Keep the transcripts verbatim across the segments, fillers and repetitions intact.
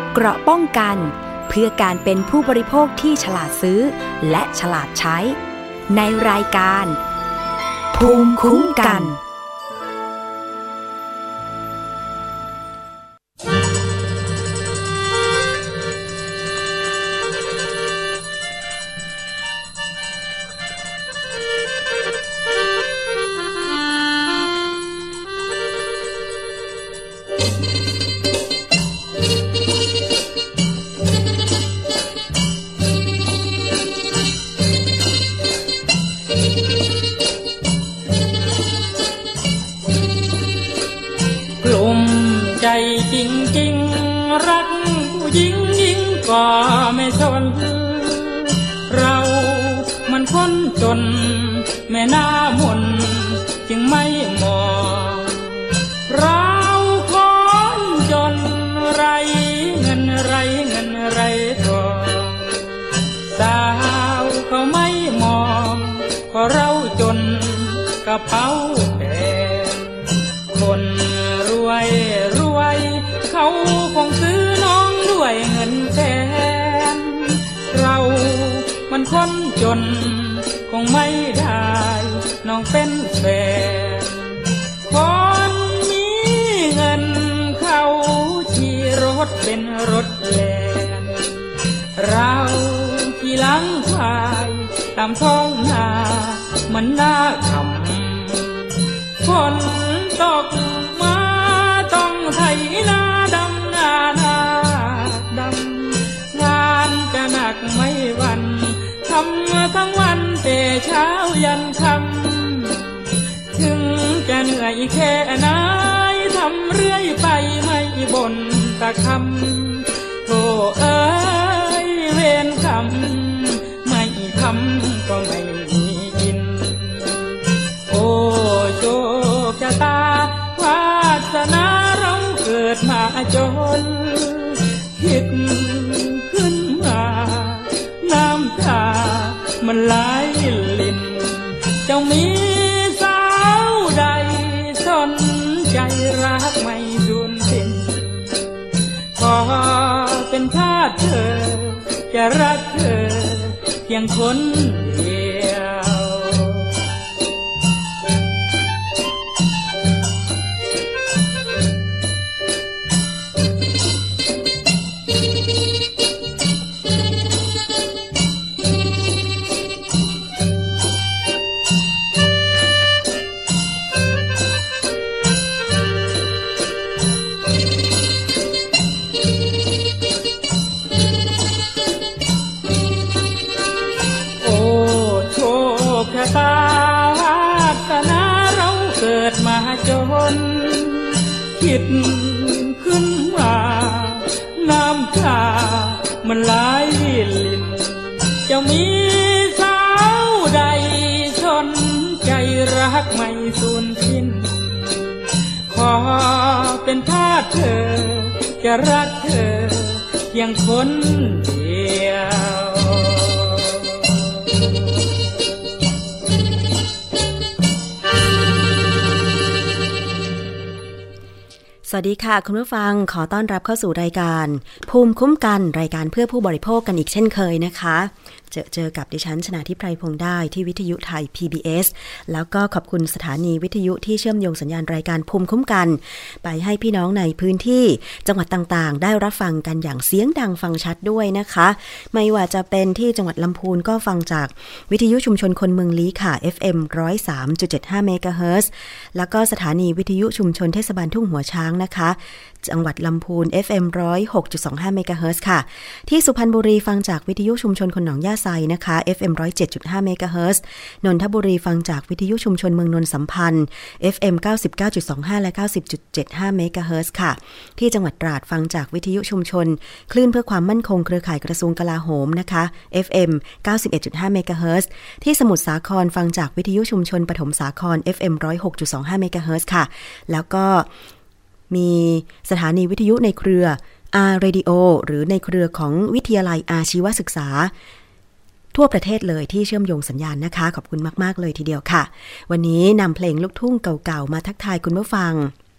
เกราะป้องกันเพื่อการเป็นผู้บริโภคที่ฉลาดซื้อและฉลาดใช้ในรายการภูมิคุ้มกันจริงๆรักผู้หญิงยิ่งกว่าไม่ชนเรามันคนจนแม่หน้ามนจึงไม่มองเราคนจนไรเงินไรเงินไรทองสาวเขาไม่มองเพราะเราจนกระเป๋าแพงคนรวยรวยเขาคงซื้อน้องด้วยเงินแสนเรามันคนจนคงไม่ได้น้องเป็นแฟนคนมีเงินเขาขี่รถเป็นรถแล่นเราขี่หลังควายตามท้องนามันน่าขำฝนตกมาต้องไถนาดำนานาดำงานจะหนักไม่วันทำทั้งวันแต่เช้ายันค่ำถึงจะเหนื่อยแค่ไหนทำเรื่อยไปไม่บ่นตะคำโธ่เอ้ยเวรกรรมไม่ทำก็ไม่มีกินโอ้โชคชะตาวาสนาเราเกิดมาจนคิดขึ้นมาน้ำตามันไหลลิ่นเจ้ามีสาวใดสนใจรักไม่สูญสิ้นขอเป็นทาสเธอจะรักเธอเพียงคนเดียวตาวาสนาเราเกิดมาจนคิดขึ้นว่าน้ำตามันไหลลิ่นจะมีสาวใดสนใจรักไม่สูญสิ้นขอเป็นทาสเธอจะรักเธอเพียงคนเดียวสวัสดีค่ะคุณผู้ฟังขอต้อนรับเข้าสู่รายการภูมิคุ้มกันรายการเพื่อผู้บริโภคกันอีกเช่นเคยนะคะเจอเจอกับดิฉันชนาธิปไพพงษ์ได้ที่วิทยุไทย พี บี เอส แล้วก็ขอบคุณสถานีวิทยุที่เชื่อมโยงสัญญาณรายการภูมิคุ้มกันไปให้พี่น้องในพื้นที่จังหวัดต่างๆได้รับฟังกันอย่างเสียงดังฟังชัดด้วยนะคะไม่ว่าจะเป็นที่จังหวัดลำพูนก็ฟังจากวิทยุชุมชนคนเมืองลี้ค่ะ เอฟ เอ็ม หนึ่งศูนย์สามจุดเจ็ดห้า เมกะเฮิรตซ์แล้วก็สถานีวิทยุชุมชนเทศบาลทุ่งหัวช้างนะคะจังหวัดลำพูน เอฟ เอ็ม หนึ่งศูนย์หกจุดสองห้า เมกะเฮิรตซ์ค่ะที่สุพรรณบุรีฟังจากวิทยุชุมชนคนหนองย่าไซนะคะ เอฟ เอ็ม หนึ่งศูนย์เจ็ดจุดห้า เมกะเฮิรตซ์นนทบุรีฟังจากวิทยุชุมชนเมืองนนสัมพันธ์ เอฟ เอ็ม เก้าสิบเก้าจุดสองห้า และ เก้าสิบจุดเจ็ดห้า เมกะเฮิรตซ์ค่ะที่จังหวัดตราดฟังจากวิทยุชุมชนคลื่นเพื่อความมั่นคงเครือข่ายกระทรวงกลาโหมนะคะ เอฟ เอ็ม เก้าสิบเอ็ดจุดห้า เมกะเฮิรตซ์ที่สมุทรสาครฟังจากวิทยุชุมชนปฐมสาคร เอฟ เอ็ม หนึ่งศูนย์หกจุดสองห้า เมกะเฮิรตซ์ค่ะแล้วก็มีสถานีวิทยุในเครือ R Radio หรือในเครือของวิทยาลัยอาชีวศึกษาทั่วประเทศเลยที่เชื่อมโยงสัญญาณนะคะขอบคุณมากๆเลยทีเดียวค่ะวันนี้นำเพลงลูกทุ่งเก่าๆมาทักทายคุณผู้ฟัง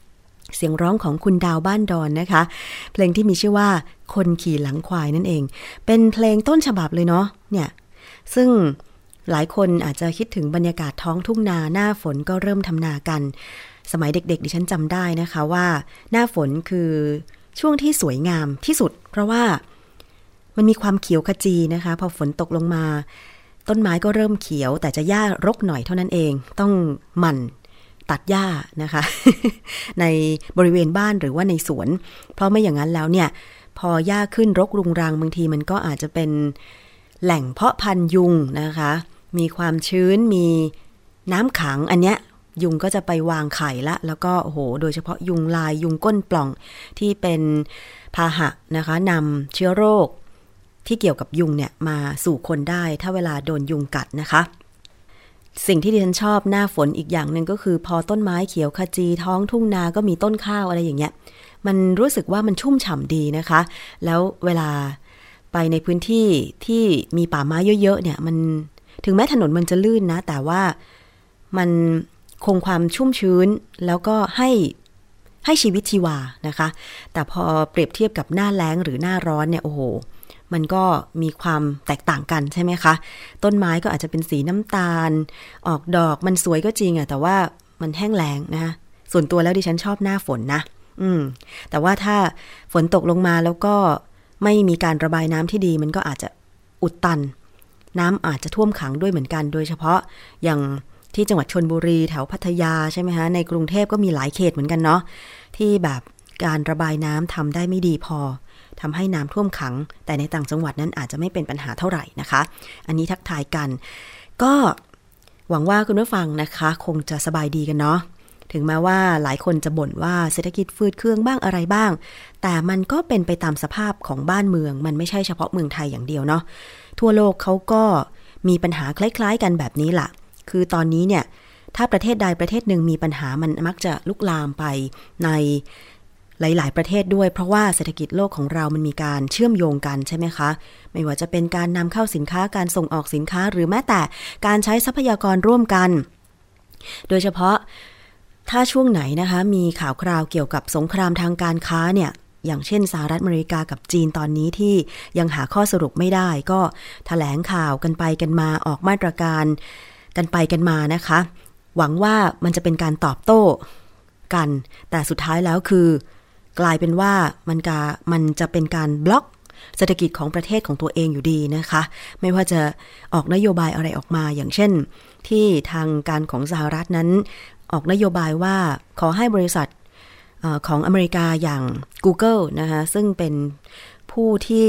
เสียงร้องของคุณดาวบ้านดอนนะคะเพลงที่มีชื่อว่าคนขี่หลังควายนั่นเองเป็นเพลงต้นฉบับเลยเนาะเนี่ยซึ่งหลายคนอาจจะคิดถึงบรรยากาศท้องทุ่งนาหน้าฝนก็เริ่มทำนากันสมัยเด็กๆดิฉันจำได้นะคะว่าหน้าฝนคือช่วงที่สวยงามที่สุดเพราะว่ามันมีความเขียวขจีนะคะพอฝนตกลงมาต้นไม้ก็เริ่มเขียวแต่จะหญ้ารกหน่อยเท่านั้นเองต้องหมั่นตัดหญ้านะคะ ในบริเวณบ้านหรือว่าในสวนเพราะไม่อย่างนั้นแล้วเนี่ยพอหญ้าขึ้นรกรุงรังบางทีมันก็อาจจะเป็นแหล่งเพาะพันธุ์ยุงนะคะมีความชื้นมีน้ำขังอันเนี้ยยุงก็จะไปวางไข่ละแล้วก็โอ้โหโดยเฉพาะยุงลายยุงก้นปล่องที่เป็นพาหะนะคะนำเชื้อโรคที่เกี่ยวกับยุงเนี่ยมาสู่คนได้ถ้าเวลาโดนยุงกัดนะคะสิ่งที่ดิฉันชอบหน้าฝนอีกอย่างหนึ่งก็คือพอต้นไม้เขียวขจีท้องทุ่งนาก็มีต้นข้าวอะไรอย่างเงี้ยมันรู้สึกว่ามันชุ่มฉ่ำดีนะคะแล้วเวลาไปในพื้นที่ที่มีป่าไม้เยอะๆเนี่ยมันถึงแม้ถนนมันจะลื่นนะแต่ว่ามันคงความชุ่มชื้นแล้วก็ให้ให้ชีวิตชีวานะคะแต่พอเปรียบเทียบกับหน้าแล้งหรือหน้าร้อนเนี่ยโอ้โหมันก็มีความแตกต่างกันใช่ไหมคะต้นไม้ก็อาจจะเป็นสีน้ำตาลออกดอกมันสวยก็จริงอะแต่ว่ามันแห้งแล้งนะคะส่วนตัวแล้วดิฉันชอบหน้าฝนนะอืมแต่ว่าถ้าฝนตกลงมาแล้วก็ไม่มีการระบายน้ำที่ดีมันก็อาจจะอุดตันน้ำอาจจะท่วมขังด้วยเหมือนกันโดยเฉพาะอย่างที่จังหวัดชลบุรีแถวพัทยาใช่ไหมคะในกรุงเทพก็มีหลายเขตเหมือนกันเนาะที่แบบการระบายน้ำทำได้ไม่ดีพอทำให้น้ำท่วมขังแต่ในต่างจังหวัดนั้นอาจจะไม่เป็นปัญหาเท่าไหร่นะคะอันนี้ทักทายกันก็หวังว่าคุณผู้ฟังนะคะคงจะสบายดีกันเนาะถึงแม้ว่าหลายคนจะบ่นว่าเศรษฐกิจฟืดเครื่องบ้างอะไรบ้างแต่มันก็เป็นไปตามสภาพของบ้านเมืองมันไม่ใช่เฉพาะเมืองไทยอย่างเดียวเนาะทั่วโลกเขาก็มีปัญหาคล้ายๆกันแบบนี้ล่ะคือตอนนี้เนี่ยถ้าประเทศใดประเทศหนึ่งมีปัญหามันมักจะลุกลามไปในหลายๆประเทศด้วยเพราะว่าเศรษฐกิจโลกของเรามันมีการเชื่อมโยงกันใช่ไหมคะไม่ว่าจะเป็นการนำเข้าสินค้าการส่งออกสินค้าหรือแม้แต่การใช้ทรัพยากรร่วมกันโดยเฉพาะถ้าช่วงไหนนะคะมีข่าวคราวเกี่ยวกับสงครามทางการค้าเนี่ยอย่างเช่นสหรัฐอเมริกากับจีนตอนนี้ที่ยังหาข้อสรุปไม่ได้ก็แถลงข่าวกันไปกันมาออกมาตรการกันไปกันมานะคะหวังว่ามันจะเป็นการตอบโต้กันแต่สุดท้ายแล้วคือกลายเป็นว่ามันกามันจะเป็นการบล็อกเศรษฐกิจของประเทศของตัวเองอยู่ดีนะคะไม่ว่าจะออกนโยบายอะไรออกมาอย่างเช่นที่ทางการของสหรัฐนั้นออกนโยบายว่าขอให้บริษัทของอเมริกาอย่าง Google นะคะซึ่งเป็นผู้ที่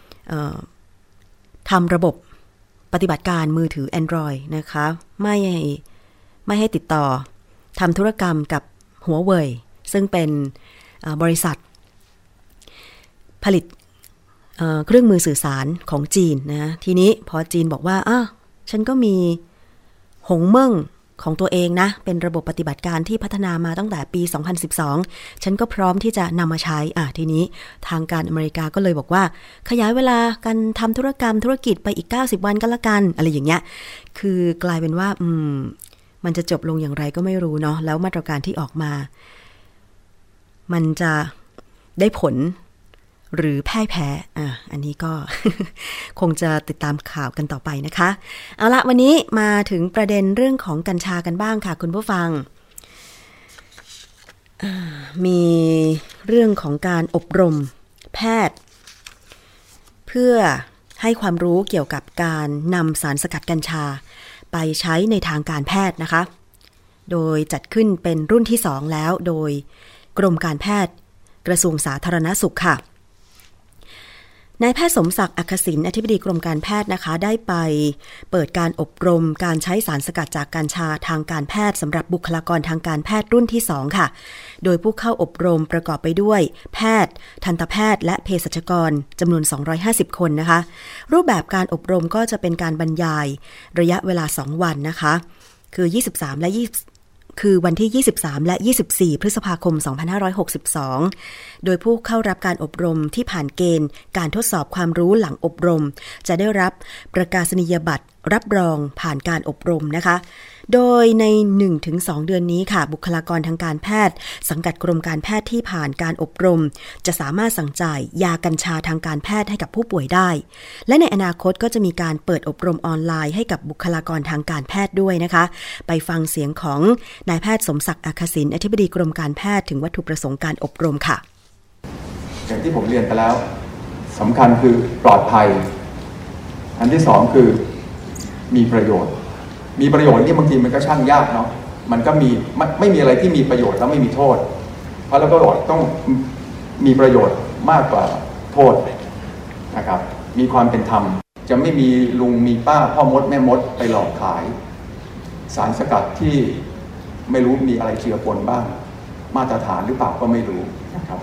ทำระบบปฏิบัติการมือถือ Android นะคะไม่ไม่ให้ติดต่อทำธุรกรรมกับ Huawei ซึ่งเป็นบริษัทผลิตเอ่อเครื่องมือสื่อสารของจีนนะทีนี้พอจีนบอกว่าอ้าวฉันก็มีหงเมิ่งของตัวเองนะเป็นระบบปฏิบัติการที่พัฒนามาตั้งแต่ปีสองพันสิบสองฉันก็พร้อมที่จะนำมาใช้อ่ะทีนี้ทางการอเมริกาก็เลยบอกว่าขยายเวลาการทำธุรกรรมธุรกิจไปอีกเก้าสิบวันก็แล้วกันอะไรอย่างเงี้ยคือกลายเป็นว่าอืมมันจะจบลงอย่างไรก็ไม่รู้เนาะแล้วมาตรการที่ออกมามันจะได้ผลหรือแพ้แพ้อ่ะอันนี้ก็ คงจะติดตามข่าวกันต่อไปนะคะเอาละวันนี้มาถึงประเด็นเรื่องของกัญชากันบ้างค่ะคุณผู้ฟังมีเรื่องของการอบรมแพทย์เพื่อให้ความรู้เกี่ยวกับการนำสารสกัดกัญชาไปใช้ในทางการแพทย์นะคะโดยจัดขึ้นเป็นรุ่นที่สองแล้วโดยกรมการแพทย์กระทรวงสาธารณสุขค่ะนายแพทย์สมศักดิ์อัคศินอธิบดีกรมการแพทย์นะคะได้ไปเปิดการอบรมการใช้สารสกัดจากกัญชาทางการแพทย์สำหรับบุคลากรทางการแพทย์รุ่นที่สองค่ะโดยผู้เข้าอบรมประกอบไปด้วยแพทย์ทันตแพทย์และเภสัชกรจำนวนสองร้อยห้าสิบคนนะคะรูปแบบการอบรมก็จะเป็นการบรรยายระยะเวลาสองวันนะคะคือยี่สิบสามและยี่สิบคือวันที่ยี่สิบสามและยี่สิบสี่พฤษภาคมสองพันห้าร้อยหกสิบสองโดยผู้เข้ารับการอบรมที่ผ่านเกณฑ์การทดสอบความรู้หลังอบรมจะได้รับประกาศนียบัตรรับรองผ่านการอบรมนะคะโดยใน หนึ่งถึงสอง เดือนนี้ค่ะบุคลากรทางการแพทย์สังกัดกรมการแพทย์ที่ผ่านการอบรมจะสามารถสั่งจ่ายยากัญชาทางการแพทย์ให้กับผู้ป่วยได้และในอนาคตก็จะมีการเปิดอบรมออนไลน์ให้กับบุคลากรทางการแพทย์ด้วยนะคะไปฟังเสียงของนายแพทย์สมศักดิ์อัคศินอธิบดีกรมการแพทย์ถึงวัตถุประสงค์การอบรมค่ะอย่างที่ผมเรียนไปแล้วสำคัญคือปลอดภัยอันที่สองคือมีประโยชน์มีประโยชน์นี่บางทีมันก็ช่างยากเนาะมันก็มีไม่ไม่มีอะไรที่มีประโยชน์แล้วไม่มีโทษเพราะเราก็ต้องมีประโยชน์มากกว่าโทษนะครับมีความเป็นธรรมจะไม่มีลุงมีป้าพ่อมดแม่มดไปหลอกขายสารสกัดที่ไม่รู้มีอะไรเจือปนบ้างมาตรฐานหรือเปล่าก็ไม่รู้นะครับ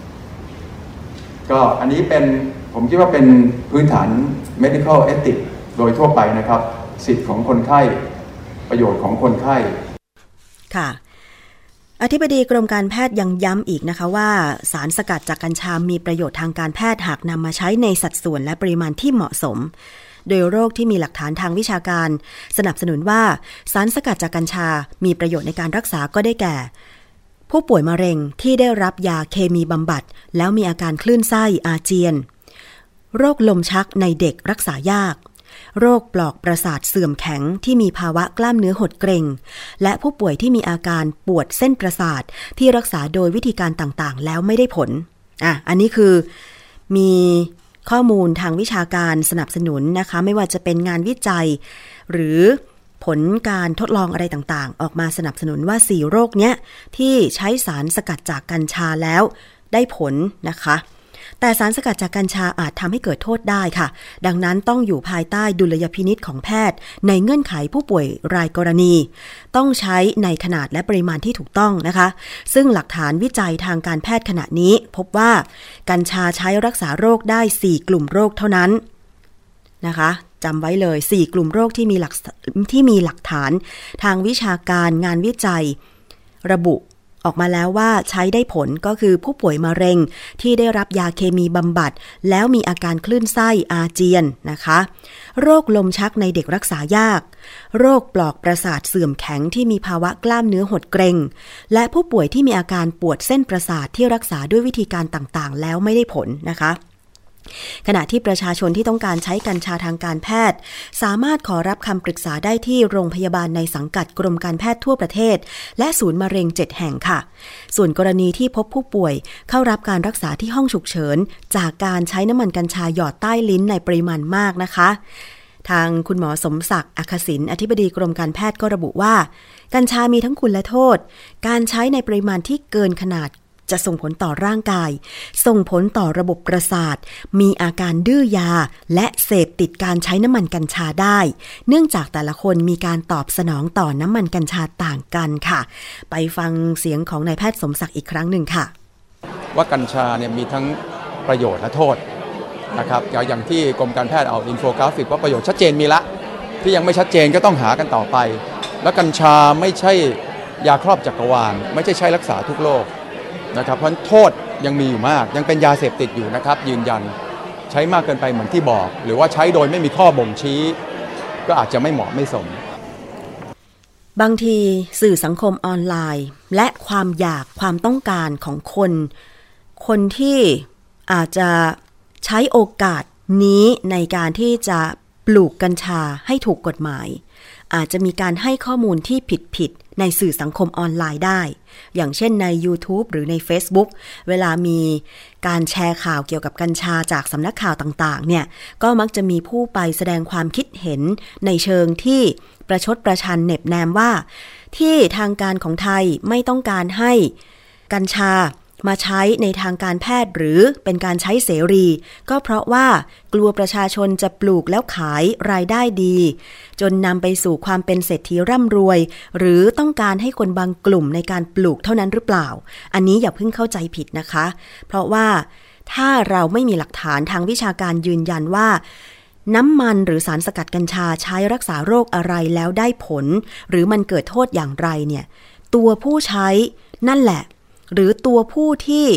ก็อันนี้เป็นผมคิดว่าเป็นพื้นฐาน medical ethics โดยทั่วไปนะครับสิทธิ์ของคนไข้ประโยชน์ของคนไข้ค่ะอธิบดีกรมการแพทย์ยังย้ำอีกนะคะว่าสารสกัดจากกัญชามีประโยชน์ทางการแพทย์หากนำมาใช้ในสัดส่วนและปริมาณที่เหมาะสมโดยโรคที่มีหลักฐานทางวิชาการสนับสนุนว่าสารสกัดจากกัญชามีประโยชน์ในการรักษาก็ได้แก่ผู้ป่วยมะเร็งที่ได้รับยาเคมีบำบัดแล้วมีอาการคลื่นไส้อาเจียนโรคลมชักในเด็กรักษายากโรคปลอกประสาทเสื่อมแข็งที่มีภาวะกล้ามเนื้อหดเกร็งและผู้ป่วยที่มีอาการปวดเส้นประสาทที่รักษาโดยวิธีการต่างๆแล้วไม่ได้ผลอ่ะอันนี้คือมีข้อมูลทางวิชาการสนับสนุนนะคะไม่ว่าจะเป็นงานวิจัยหรือผลการทดลองอะไรต่างๆออกมาสนับสนุนว่าสี่โรคเนี้ยที่ใช้สารสกัดจากกัญชาแล้วได้ผลนะคะแต่สารสกัดจากกัญชาอาจทำให้เกิดโทษได้ค่ะดังนั้นต้องอยู่ภายใต้ดุลยพินิจของแพทย์ในเงื่อนไขผู้ป่วยรายกรณีต้องใช้ในขนาดและปริมาณที่ถูกต้องนะคะซึ่งหลักฐานวิจัยทางการแพทย์ขณะนี้พบว่ากัญชาใช้รักษาโรคได้สี่กลุ่มโรคเท่านั้นนะคะจำไว้เลยสี่กลุ่มโรคที่มีหลักที่มีหลักฐานทางวิชาการงานวิจัยระบุออกมาแล้วว่าใช้ได้ผลก็คือผู้ป่วยมะเร็งที่ได้รับยาเคมีบำบัดแล้วมีอาการคลื่นไส้อาเจียนนะคะโรคลมชักในเด็กรักษายากโรคปลอกประสาทเสื่อมแข็งที่มีภาวะกล้ามเนื้อหดเกร็งและผู้ป่วยที่มีอาการปวดเส้นประสาทที่รักษาด้วยวิธีการต่างๆแล้วไม่ได้ผลนะคะขณะที่ประชาชนที่ต้องการใช้กัญชาทางการแพทย์สามารถขอรับคำปรึกษาได้ที่โรงพยาบาลในสังกัดกรมการแพทย์ทั่วประเทศและศูนย์มะเร็งเจ็ดแห่งค่ะส่วนกรณีที่พบผู้ป่วยเข้ารับการรักษาที่ห้องฉุกเฉินจากการใช้น้ำมันกัญชาหยอดใต้ลิ้นในปริมาณมากนะคะทางคุณหมอสมศักดิ์อัคศินอธิบดีกรมการแพทย์ก็ระบุว่ากัญชามีทั้งคุณและโทษการใช้ในปริมาณที่เกินขนาดจะส่งผลต่อร่างกายส่งผลต่อระบบประสาทมีอาการดื้อยาและเสพติดการใช้น้ำมันกัญชาได้เนื่องจากแต่ละคนมีการตอบสนองต่อน้ำมันกัญชาต่างกันค่ะไปฟังเสียงของนายแพทย์สมศักดิ์อีกครั้งหนึ่งค่ะว่ากัญชาเนี่ยมีทั้งประโยชน์และโทษนะครับอย่างที่กรมการแพทย์เอาอินโฟกราฟิกว่าประโยชน์ชัดเจนมีละที่ยังไม่ชัดเจนก็ต้องหากันต่อไปแล้วกัญชาไม่ใช่ยาครอบจักรวาลไม่ใช่ใช้รักษาทุกโรคนะครับเพราะโทษยังมีอยู่มากยังเป็นยาเสพติดอยู่นะครับยืนยันใช้มากเกินไปเหมือนที่บอกหรือว่าใช้โดยไม่มีข้อบ่งชี้ก็อาจจะไม่เหมาะไม่สมบางทีสื่อสังคมออนไลน์และความอยากความต้องการของคนคนที่อาจจะใช้โอกาสนี้ในการที่จะปลูกกัญชาให้ถูกกฎหมายอาจจะมีการให้ข้อมูลที่ผิดๆในสื่อสังคมออนไลน์ได้อย่างเช่นใน YouTube หรือใน Facebook เวลามีการแชร์ข่าวเกี่ยวกับกัญชาจากสำนักข่าวต่างๆเนี่ยก็มักจะมีผู้ไปแสดงความคิดเห็นในเชิงที่ประชดประชันเหน็บแนมว่าที่ทางการของไทยไม่ต้องการให้กัญชามาใช้ในทางการแพทย์หรือเป็นการใช้เสรีก็เพราะว่ากลัวประชาชนจะปลูกแล้วขายรายได้ดีจนนำไปสู่ความเป็นเศรษฐีร่ำรวยหรือต้องการให้คนบางกลุ่มในการปลูกเท่านั้นหรือเปล่าอันนี้อย่าเพิ่งเข้าใจผิดนะคะเพราะว่าถ้าเราไม่มีหลักฐานทางวิชาการยืนยันว่าน้ำมันหรือสารสกัดกัญชาใช้รักษาโรคอะไรแล้วได้ผลหรือมันเกิดโทษอย่างไรเนี่ยตัวผู้ใช้นั่นแหละหรือตัวผู้ที่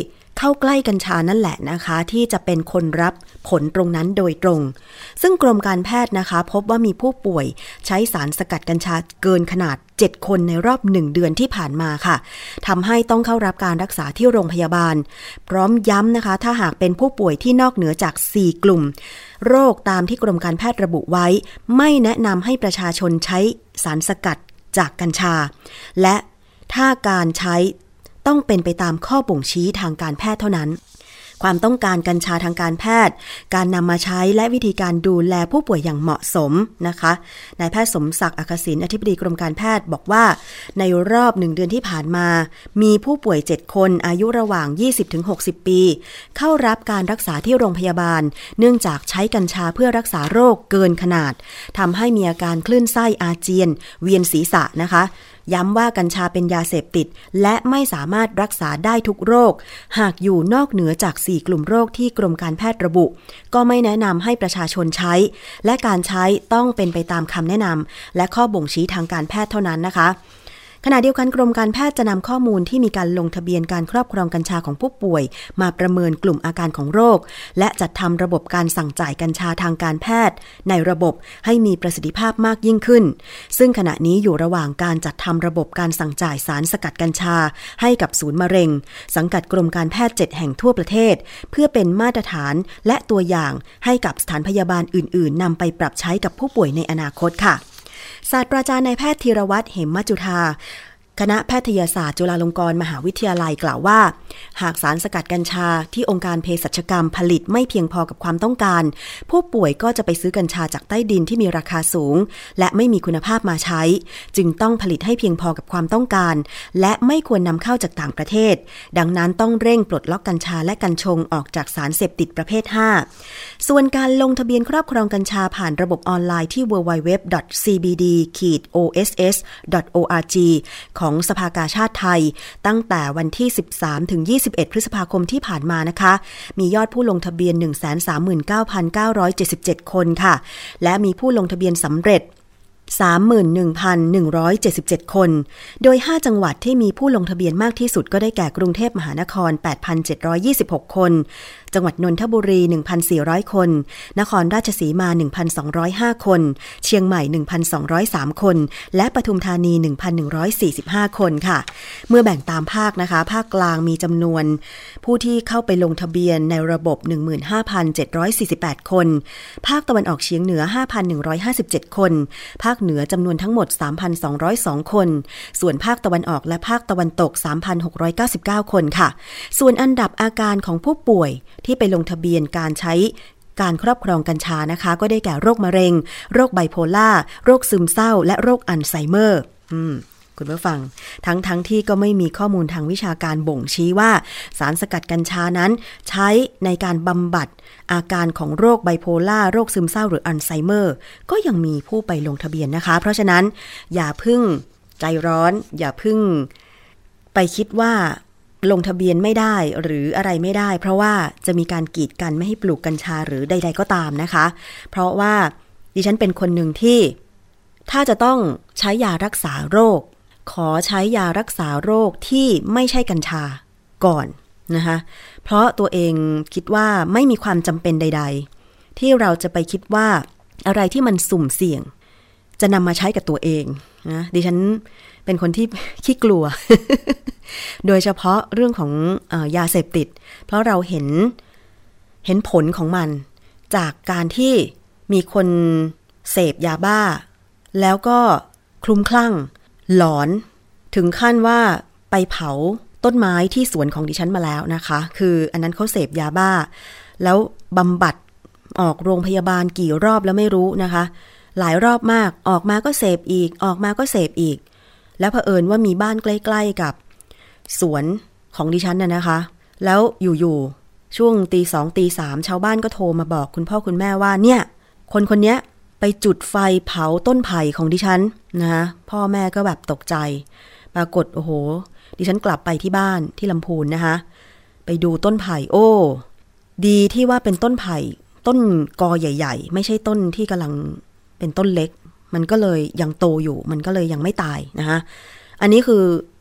เข้าใกล้กัญชานั่นแหละนะคะที่จะเป็นคนรับผลตรงนั้นโดยตรงซึ่งกรมการแพทย์นะคะพบว่ามีผู้ป่วยใช้สารสกัดกัญชาเกินขนาดเจ็ดคนในรอบหนึ่งเดือนที่ผ่านมาค่ะทำให้ต้องเข้ารับการรักษาที่โรงพยาบาลพร้อมย้ำนะคะถ้าหากเป็นผู้ป่วยที่นอกเหนือจากสี่กลุ่มโรคตามที่กรมการแพทย์ระบุไว้ไม่แนะนำให้ประชาชนใช้สารสกัดจากกัญชาและถ้าการใช้ต้องเป็นไปตามข้อบ่งชี้ทางการแพทย์เท่านั้นความต้องการกัญชาทางการแพทย์การนำมาใช้และวิธีการดูแลผู้ป่วยอย่างเหมาะสมนะคะนายแพทย์สมศักดิ์อัคศินอธิบดีกรมการแพทย์บอกว่าในรอบหนึ่งเดือนที่ผ่านมามีผู้ป่วยเจ็ดคนอายุระหว่าง ยี่สิบถึงหกสิบ ปีเข้ารับการรักษาที่โรงพยาบาลเนื่องจากใช้กัญชาเพื่อรักษาโรคเกินขนาดทำให้มีอาการคลื่นไส้อาเจียนเวียนศีรษะนะคะย้ำว่ากัญชาเป็นยาเสพติดและไม่สามารถรักษาได้ทุกโรคหากอยู่นอกเหนือจากสี่กลุ่มโรคที่กรมการแพทย์ระบุก็ไม่แนะนำให้ประชาชนใช้และการใช้ต้องเป็นไปตามคำแนะนำและข้อบ่งชี้ทางการแพทย์เท่านั้นนะคะขณะเดียวกันกรมการแพทย์จะนำข้อมูลที่มีการลงทะเบียนการครอบครองกัญชาของผู้ป่วยมาประเมินกลุ่มอาการของโรคและจัดทำระบบการสั่งจ่ายกัญชาทางการแพทย์ในระบบให้มีประสิทธิภาพมากยิ่งขึ้นซึ่งขณะนี้อยู่ระหว่างการจัดทำระบบการสั่งจ่ายสารสกัดกัญชาให้กับศูนย์มะเร็งสังกัดกรมการแพทย์เจ็ดแห่งทั่วประเทศเพื่อเป็นมาตรฐานและตัวอย่างให้กับสถานพยาบาลอื่นๆนำไปปรับใช้กับผู้ป่วยในอนาคตค่ะศาสตราจารย์นายแพทย์ธีรวัฒน์เหมมัจจุธาคณะแพทยศาสตร์จุฬาลงกรณ์มหาวิทยาลัยกล่าวว่าหากสารสกัดกัญชาที่องค์การเภสัชกรรมผลิตไม่เพียงพอกับความต้องการผู้ป่วยก็จะไปซื้อกัญชาจากใต้ดินที่มีราคาสูงและไม่มีคุณภาพมาใช้จึงต้องผลิตให้เพียงพอกับความต้องการและไม่ควรนำเข้าจากต่างประเทศดังนั้นต้องเร่งปลดล็อกกัญชาและกัญชงออกจากสารเสพติดประเภทห้าส่วนการลงทะเบียนครอบครองกัญชาผ่านระบบออนไลน์ที่ ดับเบิลยู ดับเบิลยู ดับเบิลยู ดอท ซี บี ดี โอ เอส เอส ดอท โอ อาร์ จี ของสภากาชาดไทยตั้งแต่วันที่ สิบสามถึงยี่สิบเอ็ด พฤษภาคมที่ผ่านมานะคะมียอดผู้ลงทะเบียน หนึ่งแสนสามหมื่นเก้าพันเก้าร้อยเจ็ดสิบเจ็ด คนค่ะและมีผู้ลงทะเบียนสำเร็จ สามหมื่นหนึ่งพันหนึ่งร้อยเจ็ดสิบเจ็ด คนโดยห้าจังหวัดที่มีผู้ลงทะเบียนมากที่สุดก็ได้แก่กรุงเทพมหานคร แปดพันเจ็ดร้อยยี่สิบหก คนจังหวัดนนทบุรี หนึ่งพันสี่ร้อย คนนครราชสีมา หนึ่งพันสองร้อยห้า คนเชียงใหม่ หนึ่งพันสองร้อยสาม คนและปทุมธานี หนึ่งพันหนึ่งร้อยสี่สิบห้า คนค่ะเมื่อแบ่งตามภาคนะคะภาคกลางมีจำนวนผู้ที่เข้าไปลงทะเบียนในระบบ หนึ่งหมื่นห้าพันเจ็ดร้อยสี่สิบแปด คนภาคตะวันออกเฉียงเหนือ ห้าพันหนึ่งร้อยห้าสิบเจ็ด คนภาคเหนือจำนวนทั้งหมด สามพันสองร้อยสอง คนส่วนภาคตะวันออกและภาคตะวันตก สามพันหกร้อยเก้าสิบเก้า คนค่ะส่วนอันดับอาการของผู้ป่วยที่ไปลงทะเบียนการใช้การครอบครองกัญชานะคะก็ได้แก่โรคมะเร็งโรคไบโพล่าโรคซึมเศร้าและโรคอัลไซเมอร์อืมคุณผู้ฟังทั้งทั้งที่ก็ไม่มีข้อมูลทางวิชาการบ่งชี้ว่าสารสกัดกัญชานั้นใช้ในการบำบัดอาการของโรคไบโพล่าโรคซึมเศร้าหรืออัลไซเมอร์ก็ยังมีผู้ไปลงทะเบียนนะคะเพราะฉะนั้นอย่าพึ่งใจร้อนอย่าพึ่งไปคิดว่าลงทะเบียนไม่ได้หรืออะไรไม่ได้เพราะว่าจะมีการกีดกันไม่ให้ปลูกกัญชาหรือใดๆก็ตามนะคะเพราะว่าดิฉันเป็นคนหนึ่งที่ถ้าจะต้องใช้ยารักษาโรคขอใช้ยารักษาโรคที่ไม่ใช่กัญชาก่อนนะคะเพราะตัวเองคิดว่าไม่มีความจำเป็นใดๆที่เราจะไปคิดว่าอะไรที่มันสุ่มเสี่ยงจะนำมาใช้กับตัวเองนะดิฉันเป็นคนที่ขี้กลัว โดยเฉพาะเรื่องของเอ่อยาเสพติดเพราะเราเห็นเห็นผลของมันจากการที่มีคนเสพยาบ้าแล้วก็คลุ้มคลั่งหลอนถึงขั้นว่าไปเผาต้นไม้ที่สวนของดิฉันมาแล้วนะคะคืออันนั้นเขาเสพยาบ้าแล้วบำบัดออกโรงพยาบาลกี่รอบแล้วไม่รู้นะคะหลายรอบมากออกมาก็เสพอีกออกมาก็เสพอีกแล้วเผอิญว่ามีบ้านใกล้ๆกับสวนของดิฉันน่ะนะคะแล้วอยู่ๆช่วงตีสองตีสามชาวบ้านก็โทรมาบอกคุณพ่อคุณแม่ว่าเนี่ยคนคนนี้ไปจุดไฟเผาต้นไผ่ของดิฉันนะคะพ่อแม่ก็แบบตกใจปรากฏโอ้โหดิฉันกลับไปที่บ้านที่ลำพูนนะคะไปดูต้นไผ่โอ้ดีที่ว่าเป็นต้นไผ่ต้นกอใหญ่ๆไม่ใช่ต้นที่กำลังเป็นต้นเล็กมันก็เลยยังโตอยู่มันก็เลยยังไม่ตายนะคะอันนี้คือ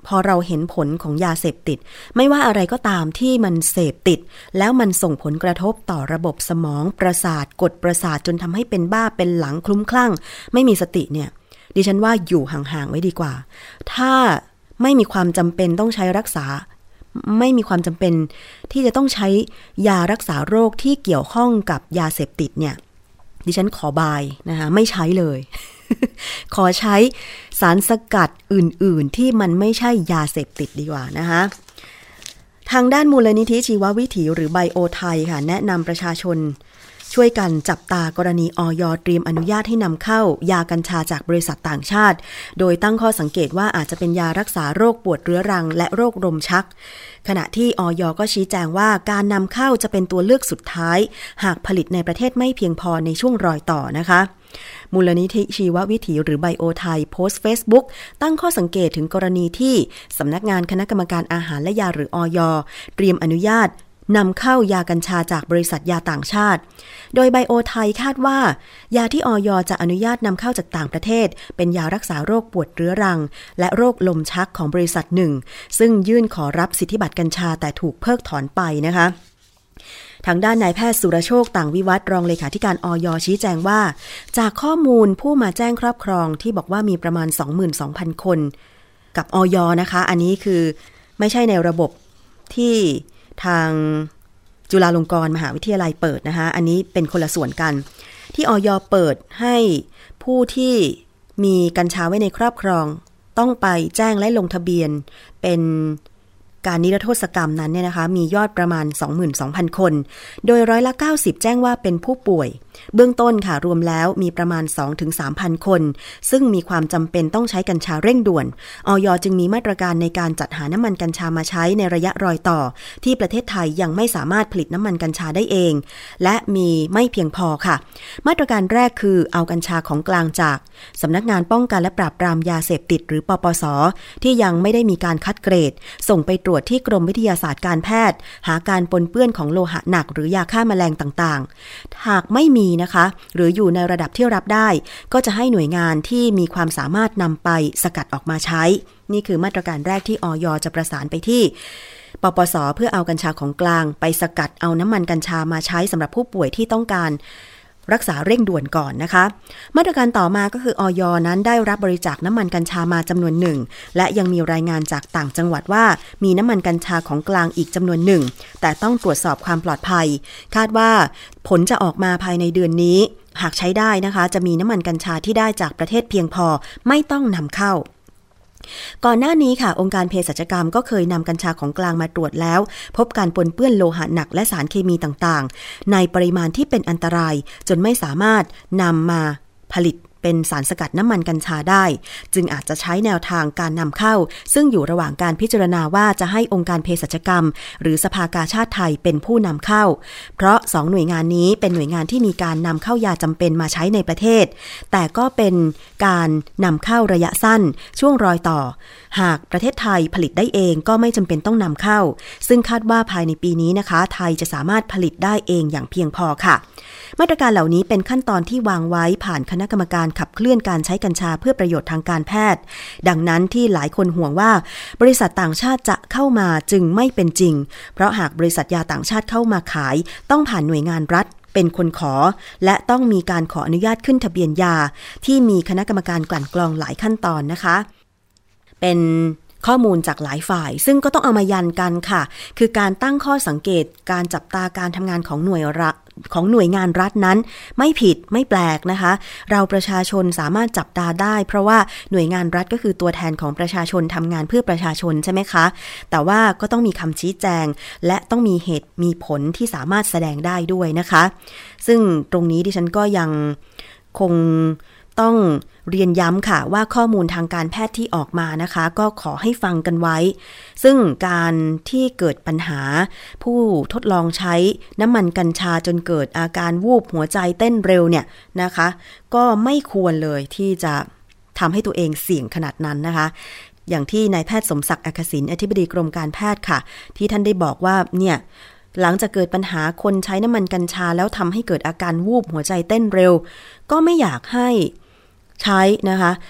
พอเราเห็นผลของยาเสพติดไม่ว่าอะไรก็ตามที่มันเสพติดแล้วมันส่งผลกระทบต่อระบบสมองประสาทกดประสาทจนทำให้เป็นบ้าเป็นหลังคลุ้มคลั่งไม่มีสติเนี่ยดิฉันว่าอยู่ห่างๆไว้ดีกว่าถ้าไม่มีความจำเป็นต้องใช้รักษาไม่มีความจำเป็นที่จะต้องใช้ยารักษาโรคที่เกี่ยวข้องกับยาเสพติดเนี่ยดิฉันขอบายนะคะไม่ใช้เลย ขอใช้สารสกัดอื่นๆที่มันไม่ใช่ยาเสพติดดีกว่านะคะทางด้านมูลนิธิชีววิถีหรือไบโอไทยค่ะแนะนำประชาชนช่วยกันจับตากรณีอย.เตรียมอนุญาตให้นำเข้ายากัญชาจากบริษัทต่างชาติโดยตั้งข้อสังเกตว่าอาจจะเป็นยารักษาโรคปวดเรื้อรังและโรคลมชักขณะที่อย.ก็ชี้แจงว่าการนำเข้าจะเป็นตัวเลือกสุดท้ายหากผลิตในประเทศไม่เพียงพอในช่วงรอยต่อนะคะมูลนิธิชีววิถีหรือไบโอไทยโพสต์ Facebook ตั้งข้อสังเกตถึงกรณีที่สำนักงานคณะกรรมการอาหารและยาหรืออย.เตรียมอนุญาตนำเข้ายากัญชาจากบริษัทยาต่างชาติโดยไบโอไทยคาดว่ายาที่อย.จะอนุญาตนำเข้าจากต่างประเทศเป็นยารักษาโรคปวดเรื้อรังและโรคลมชักของบริษัทหนึ่งซึ่งยื่นขอรับสิทธิบัตรกัญชาแต่ถูกเพิกถอนไปนะคะทางด้านนายแพทย์สุรโชคต่างวิวัฒน์รองเลขาธิการอย.ชี้แจงว่าจากข้อมูลผู้มาแจ้งครอบครองที่บอกว่ามีประมาณ สองหมื่นสองพัน คนกับอย.นะคะอันนี้คือไม่ใช่ในระบบที่ทางจุฬาลงกรณ์มหาวิทยาลัยเปิดนะคะอันนี้เป็นคนละส่วนกันที่อย.เปิดให้ผู้ที่มีกัญชาไว้ในครอบครองต้องไปแจ้งและลงทะเบียนเป็นการนิรโทษกรรมนั้นเนี่ยนะคะมียอดประมาณ สองหมื่นสองพัน คนโดยร้อยละเก้าสิบแจ้งว่าเป็นผู้ป่วยเบื้องต้นค่ะรวมแล้วมีประมาณ สองถึงสามพัน คนซึ่งมีความจำเป็นต้องใช้กัญชาเร่งด่วนอย.จึงมีมาตรการในการจัดหาน้ำมันกัญชามาใช้ในระยะรอยต่อที่ประเทศไทยยังไม่สามารถผลิตน้ำมันกัญชาได้เองและมีไม่เพียงพอค่ะมาตรการแรกคือเอากัญชาของกลางจากสำนักงานป้องกันและปราบปรามยาเสพติดหรือปปส.ที่ยังไม่ได้มีการคัดเกรดส่งไปตรวจที่กรมวิทยาศาสตร์การแพทย์หาการปนเปื้อนของโลหะหนักหรือยาฆ่าแมลงต่างๆหากไม่มีนะคะหรืออยู่ในระดับที่รับได้ก็จะให้หน่วยงานที่มีความสามารถนำไปสกัดออกมาใช้นี่คือมาตรการแรกที่อย.จะประสานไปที่ปปส.เพื่อเอากัญชาของกลางไปสกัดเอาน้ำมันกัญชามาใช้สำหรับผู้ป่วยที่ต้องการรักษาเร่งด่วนก่อนนะคะมาตรการต่อมาก็คืออย.นั้นได้รับบริจาคน้ำมันกัญชามาจำนวนหนึ่งและยังมีรายงานจากต่างจังหวัดว่ามีน้ำมันกัญชาของกลางอีกจำนวนหนึ่งแต่ต้องตรวจสอบความปลอดภัยคาดว่าผลจะออกมาภายในเดือนนี้หากใช้ได้นะคะจะมีน้ำมันกัญชาที่ได้จากประเทศเพียงพอไม่ต้องนำเข้าก่อนหน้านี้ค่ะองค์การเภสัชกรรมก็เคยนำกัญชาของกลางมาตรวจแล้วพบการปนเปื้อนโลหะหนักและสารเคมีต่างๆในปริมาณที่เป็นอันตรายจนไม่สามารถนำมาผลิตเป็นสารสกัดน้ำมันกัญชาได้จึงอาจจะใช้แนวทางการนำเข้าซึ่งอยู่ระหว่างการพิจารณาว่าจะให้องค์การเภสัชกรรมหรือสภากาชาติไทยเป็นผู้นำเข้าเพราะสองหน่วยงานนี้เป็นหน่วยงานที่มีการนำเข้ายาจำเป็นมาใช้ในประเทศแต่ก็เป็นการนำเข้าระยะสั้นช่วงรอยต่อหากประเทศไทยผลิตได้เองก็ไม่จำเป็นต้องนำเข้าซึ่งคาดว่าภายในปีนี้นะคะไทยจะสามารถผลิตได้เองอย่างเพียงพอค่ะมาตรการเหล่านี้เป็นขั้นตอนที่วางไว้ผ่านคณะกรรมการขับเคลื่อนการใช้กัญชาเพื่อประโยชน์ทางการแพทย์ดังนั้นที่หลายคนห่วงว่าบริษัทต่างชาติจะเข้ามาจึงไม่เป็นจริงเพราะหากบริษัทยาต่างชาติเข้ามาขายต้องผ่านหน่วยงานรัฐเป็นคนขอและต้องมีการขออนุญาตขึ้นทะเบียนยาที่มีคณะกรรมการกลั่นกรองหลายขั้นตอนนะคะเป็นข้อมูลจากหลายฝ่ายซึ่งก็ต้องเอามายันกันค่ะคือการตั้งข้อสังเกตการจับตาการทำงานของหน่วยรัฐของหน่วยงานรัฐนั้นไม่ผิดไม่แปลกนะคะเราประชาชนสามารถจับตาได้เพราะว่าหน่วยงานรัฐก็คือตัวแทนของประชาชนทำงานเพื่อประชาชนใช่ไหมคะแต่ว่าก็ต้องมีคำชี้แจงและต้องมีเหตุมีผลที่สามารถแสดงได้ด้วยนะคะซึ่งตรงนี้ดิฉันก็ยังคงต้องเรียนย้ำค่ะว่าข้อมูลทางการแพทย์ที่ออกมานะคะก็ขอให้ฟังกันไว้ซึ่งการที่เกิดปัญหาผู้ทดลองใช้น้ำมันกัญชาจนเกิดอาการวูบหัวใจเต้นเร็วเนี่ยนะคะก็ไม่ควรเลยที่จะทำให้ตัวเองเสี่ยงขนาดนั้นนะคะอย่างที่นายแพทย์สมศักดิ์อัคคศินอธิบดีกรมการแพทย์ค่ะที่ท่านได้บอกว่าเนี่ยหลังจากเกิดปัญหาคนใช้น้ำมันกัญชาแล้วทำให้เกิดอาการวูบหัวใจเต้นเร็วก็ไม่อยากให้ใช้นะคะต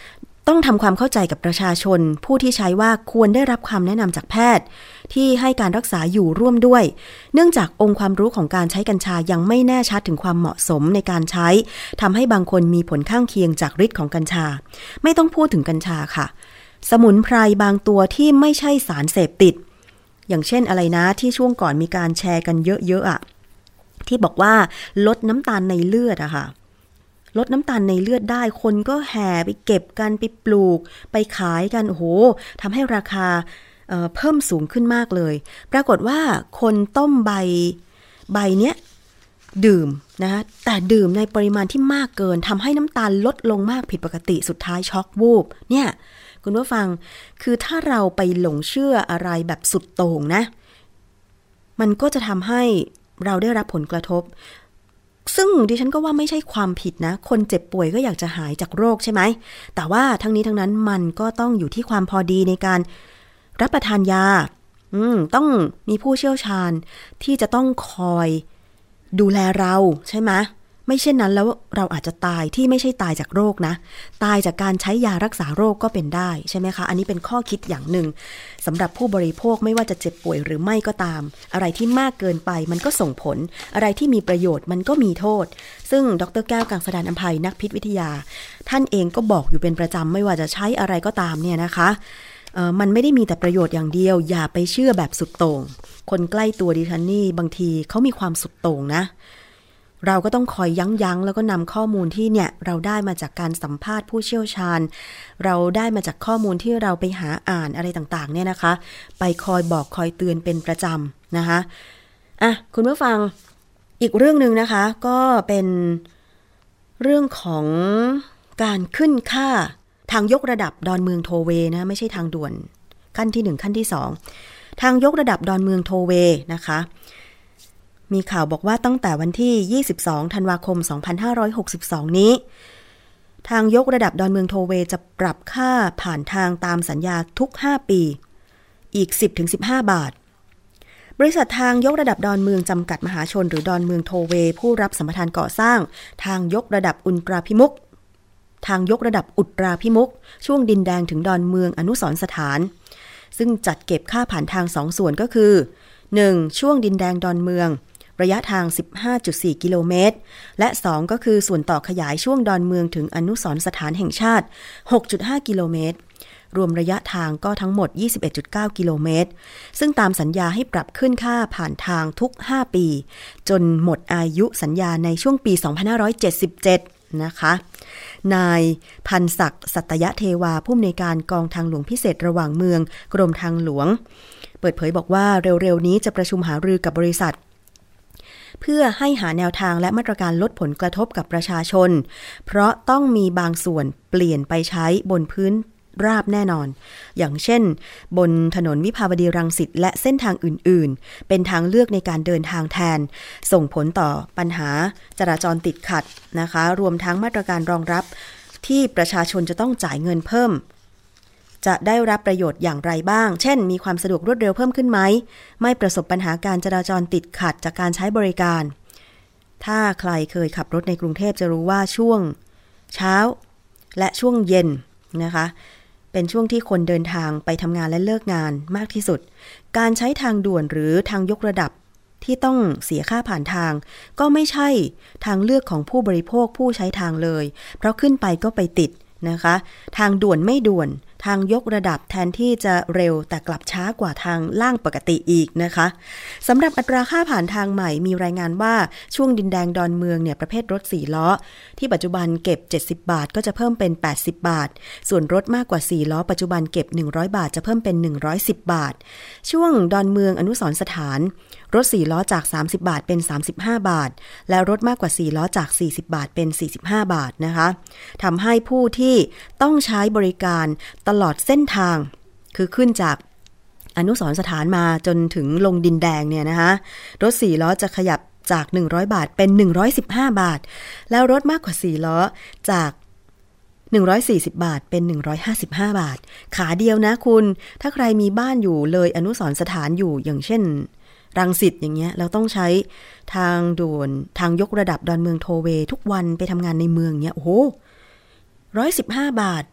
ต้องทำความเข้าใจกับประชาชนผู้ที่ใช้ว่าควรได้รับคำแนะนำจากแพทย์ที่ให้การรักษาอยู่ร่วมด้วยเนื่องจากองค์ความรู้ของการใช้กัญชายังไม่แน่ชัดถึงความเหมาะสมในการใช้ทำให้บางคนมีผลข้างเคียงจากฤทธิ์ของกัญชาไม่ต้องพูดถึงกัญชาค่ะสมุนไพรบางตัวที่ไม่ใช่สารเสพติดอย่างเช่นอะไรนะที่ช่วงก่อนมีการแชร์กันเยอะๆอ่ะที่บอกว่าลดน้ำตาลในเลือดอะค่ะลดน้ำตาลในเลือดได้คนก็แห่ไปเก็บกันไปปลูกไปขายกันโอ้โหทำให้ราคา เอ่อ เพิ่มสูงขึ้นมากเลยปรากฏว่าคนต้มใบใบเนี้ยดื่มนะแต่ดื่มในปริมาณที่มากเกินทำให้น้ำตาลลดลงมากผิดปกติสุดท้ายช็อกวูบเนี่ยคุณผู้ฟังคือถ้าเราไปหลงเชื่ออะไรแบบสุดโต่งนะมันก็จะทำให้เราได้รับผลกระทบซึ่งดิฉันก็ว่าไม่ใช่ความผิดนะคนเจ็บป่วยก็อยากจะหายจากโรคใช่ไหมแต่ว่าทั้งนี้ทั้งนั้นมันก็ต้องอยู่ที่ความพอดีในการรับประทานยาอืมต้องมีผู้เชี่ยวชาญที่จะต้องคอยดูแลเราใช่ไหมไม่เช่นนั้นแล้วเราอาจจะตายที่ไม่ใช่ตายจากโรคนะตายจากการใช้ยารักษาโรคก็เป็นได้ใช่ไหมคะอันนี้เป็นข้อคิดอย่างหนึ่งสำหรับผู้บริโภคไม่ว่าจะเจ็บป่วยหรือไม่ก็ตามอะไรที่มากเกินไปมันก็ส่งผลอะไรที่มีประโยชน์มันก็มีโทษซึ่งดร.แก้วกังสดาลอำไพนักพิษวิทยาท่านเองก็บอกอยู่เป็นประจำไม่ว่าจะใช้อะไรก็ตามเนี่ยนะคะเอ่อมันไม่ได้มีแต่ประโยชน์อย่างเดียวอย่าไปเชื่อแบบสุดโต่งคนใกล้ตัวดิฉันนี่บางทีเขามีความสุดโต่งนะเราก็ต้องคอยยั้งยั้งแล้วก็นำข้อมูลที่เนี่ยเราได้มาจากการสัมภาษณ์ผู้เชี่ยวชาญเราได้มาจากข้อมูลที่เราไปหาอ่านอะไรต่างๆเนี่ยนะคะไปคอยบอกคอยเตือนเป็นประจำนะคะอ่ะคุณผู้ฟังอีกเรื่องนึงนะคะก็เป็นเรื่องของการขึ้นค่าทางยกระดับดอนเมืองโทเวนะไม่ใช่ทางด่วนขั้นที่หนึ่งขั้นที่สองทางยกระดับดอนเมืองโทเวนะคะมีข่าวบอกว่าตั้งแต่วันที่ยี่สิบสองธันวาคมสองพันห้าร้อยหกสิบสองนี้ทางยกระดับดอนเมืองโทเวจะปรับค่าผ่านทางตามสัญญาทุกห้าปีอีก สิบถึงสิบห้า บาทบริษัททางยกระดับดอนเมืองจำกัดมหาชนหรือดอนเมืองโทเวผู้รับสัมปทานก่อสร้างทางยกระดับอุลตราพิมุขทางยกระดับอุตราพิมุขช่วงดินแดงถึงดอนเมืองอนุสรณ์สถานซึ่งจัดเก็บค่าผ่านทางสองส่วนก็คือหนึ่งช่วงดินแดงดอนเมืองระยะทาง สิบห้าจุดสี่ กิโลเมตรและสองก็คือส่วนต่อขยายช่วงดอนเมืองถึงอนุสรณ์สถานแห่งชาติ หกจุดห้า กิโลเมตรรวมระยะทางก็ทั้งหมด ยี่สิบเอ็ดจุดเก้า กิโลเมตรซึ่งตามสัญญาให้ปรับขึ้นค่าผ่านทางทุกห้าปีจนหมดอายุสัญญาในช่วงปีสองพันห้าร้อยเจ็ดสิบเจ็ดนะคะนายพันศักดิ์สัตยเทวาผู้อำนวยการกองทางหลวงพิเศษระหว่างเมืองกรมทางหลวงเปิดเผยบอกว่าเร็วๆนี้จะประชุมหารือกับบริษัทเพื่อให้หาแนวทางและมาตรการลดผลกระทบกับประชาชนเพราะต้องมีบางส่วนเปลี่ยนไปใช้บนพื้นราบแน่นอนอย่างเช่นบนถนนวิภาวดีรังสิตและเส้นทางอื่นๆเป็นทางเลือกในการเดินทางแทนส่งผลต่อปัญหาจราจรติดขัดนะคะรวมทั้งมาตรการรองรับที่ประชาชนจะต้องจ่ายเงินเพิ่มจะได้รับประโยชน์อย่างไรบ้างเช่นมีความสะดวกรวดเร็วเพิ่มขึ้นไหมไม่ประสบปัญหาการจราจรติดขัดจากการใช้บริการถ้าใครเคยขับรถในกรุงเทพจะรู้ว่าช่วงเช้าและช่วงเย็นนะคะเป็นช่วงที่คนเดินทางไปทำงานและเลิกงานมากที่สุดการใช้ทางด่วนหรือทางยกระดับที่ต้องเสียค่าผ่านทางก็ไม่ใช่ทางเลือกของผู้บริโภคผู้ใช้ทางเลยเพราะขึ้นไปก็ไปติดนะคะทางด่วนไม่ด่วนทางยกระดับแทนที่จะเร็วแต่กลับช้ากว่าทางล่างปกติอีกนะคะสำหรับอัตราค่าผ่านทางใหม่มีรายงานว่าช่วงดินแดงดอนเมืองเนี่ยประเภทรถสี่ล้อที่ปัจจุบันเก็บเจ็ดสิบบาทก็จะเพิ่มเป็นแปดสิบบาทส่วนรถมากกว่าสี่ล้อปัจจุบันเก็บหนึ่งร้อยบาทจะเพิ่มเป็นหนึ่งร้อยสิบบาทช่วงดอนเมืองอนุสรณ์สถานรถสี่ล้อจากสามสิบบาทเป็นสามสิบห้าบาทและรถมากกว่าสี่ล้อจากสี่สิบบาทเป็นสี่สิบห้าบาทนะคะทำให้ผู้ที่ต้องใช้บริการตลอดเส้นทางคือขึ้นจากอนุสรณ์สถานมาจนถึงลงดินแดงเนี่ยนะคะรถสี่ล้อจะขยับจากหนึ่งร้อยบาทเป็นหนึ่งร้อยสิบห้าบาทแล้วรถมากกว่าสี่ล้อจากหนึ่งร้อยสี่สิบบาทเป็นหนึ่งร้อยห้าสิบห้าบาทขาเดียวนะคุณถ้าใครมีบ้านอยู่เลยอนุสรณ์สถานอยู่อย่างเช่นรังสิตอย่างเงี้ยเราต้องใช้ทางด่วนทางยกระดับดอนเมืองโทเวทุกวันไปทำงานในเมืองเนี้ยโอ้โหหนึ่งร้อยสิบห้าบาท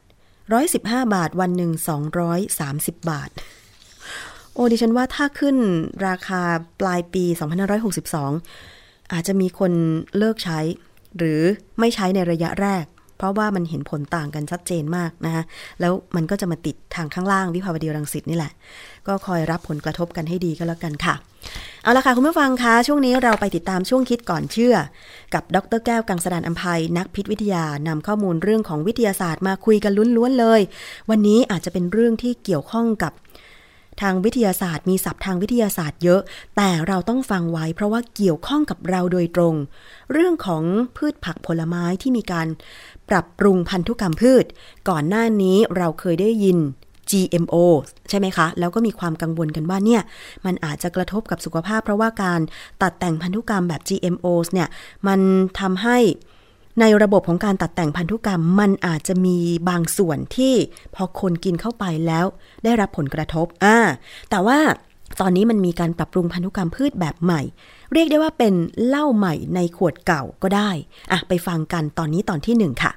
หนึ่งร้อยสิบห้าบาทวันหนึ่งสองร้อยสามสิบบาทโอ้ดิฉันว่าถ้าขึ้นราคาปลายปีสองพันห้าร้อยหกสิบสองอาจจะมีคนเลิกใช้หรือไม่ใช้ในระยะแรกเพราะว่ามันเห็นผลต่างกันชัดเจนมากนะคะแล้วมันก็จะมาติดทางข้างล่างวิภาวดีรังสิตนี่แหละก็คอยรับผลกระทบกันให้ดีก็แล้วกันค่ะเอาละค่ะคุณผู้ฟังคะช่วงนี้เราไปติดตามช่วงคิดก่อนเชื่อกับดร.แก้วกังสดาลอำไพนักพิษวิทยานำข้อมูลเรื่องของวิทยาศาสตร์มาคุยกันล้วนๆเลยวันนี้อาจจะเป็นเรื่องที่เกี่ยวข้องกับทางวิทยาศาสตร์มีศัพท์ทางวิทยาศาสตร์เยอะแต่เราต้องฟังไว้เพราะว่าเกี่ยวข้องกับเราโดยตรงเรื่องของพืชผักผลไม้ที่มีการปรับปรุงพันธุกรรมพืชก่อนหน้านี้เราเคยได้ยิน จี เอ็ม โอ ใช่ไหมคะแล้วก็มีความกังวลกันว่าเนี่ยมันอาจจะกระทบกับสุขภาพเพราะว่าการตัดแต่งพันธุกรรมแบบ จี เอ็ม โอ เนี่ยมันทำให้ในระบบของการตัดแต่งพันธุกรรมมันอาจจะมีบางส่วนที่พอคนกินเข้าไปแล้วได้รับผลกระทบอ่าแต่ว่าตอนนี้มันมีการปรับปรุงพันธุกรรมพืชแบบใหม่เรียกได้ว่าเป็นเหล้าใหม่ในขวดเก่าก็ได้อ่ะไปฟังกันตอนนี้ตอนที่หนึ่งค่ะ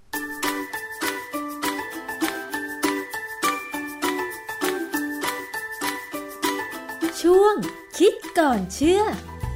ช่วงคิดก่อนเชื่อ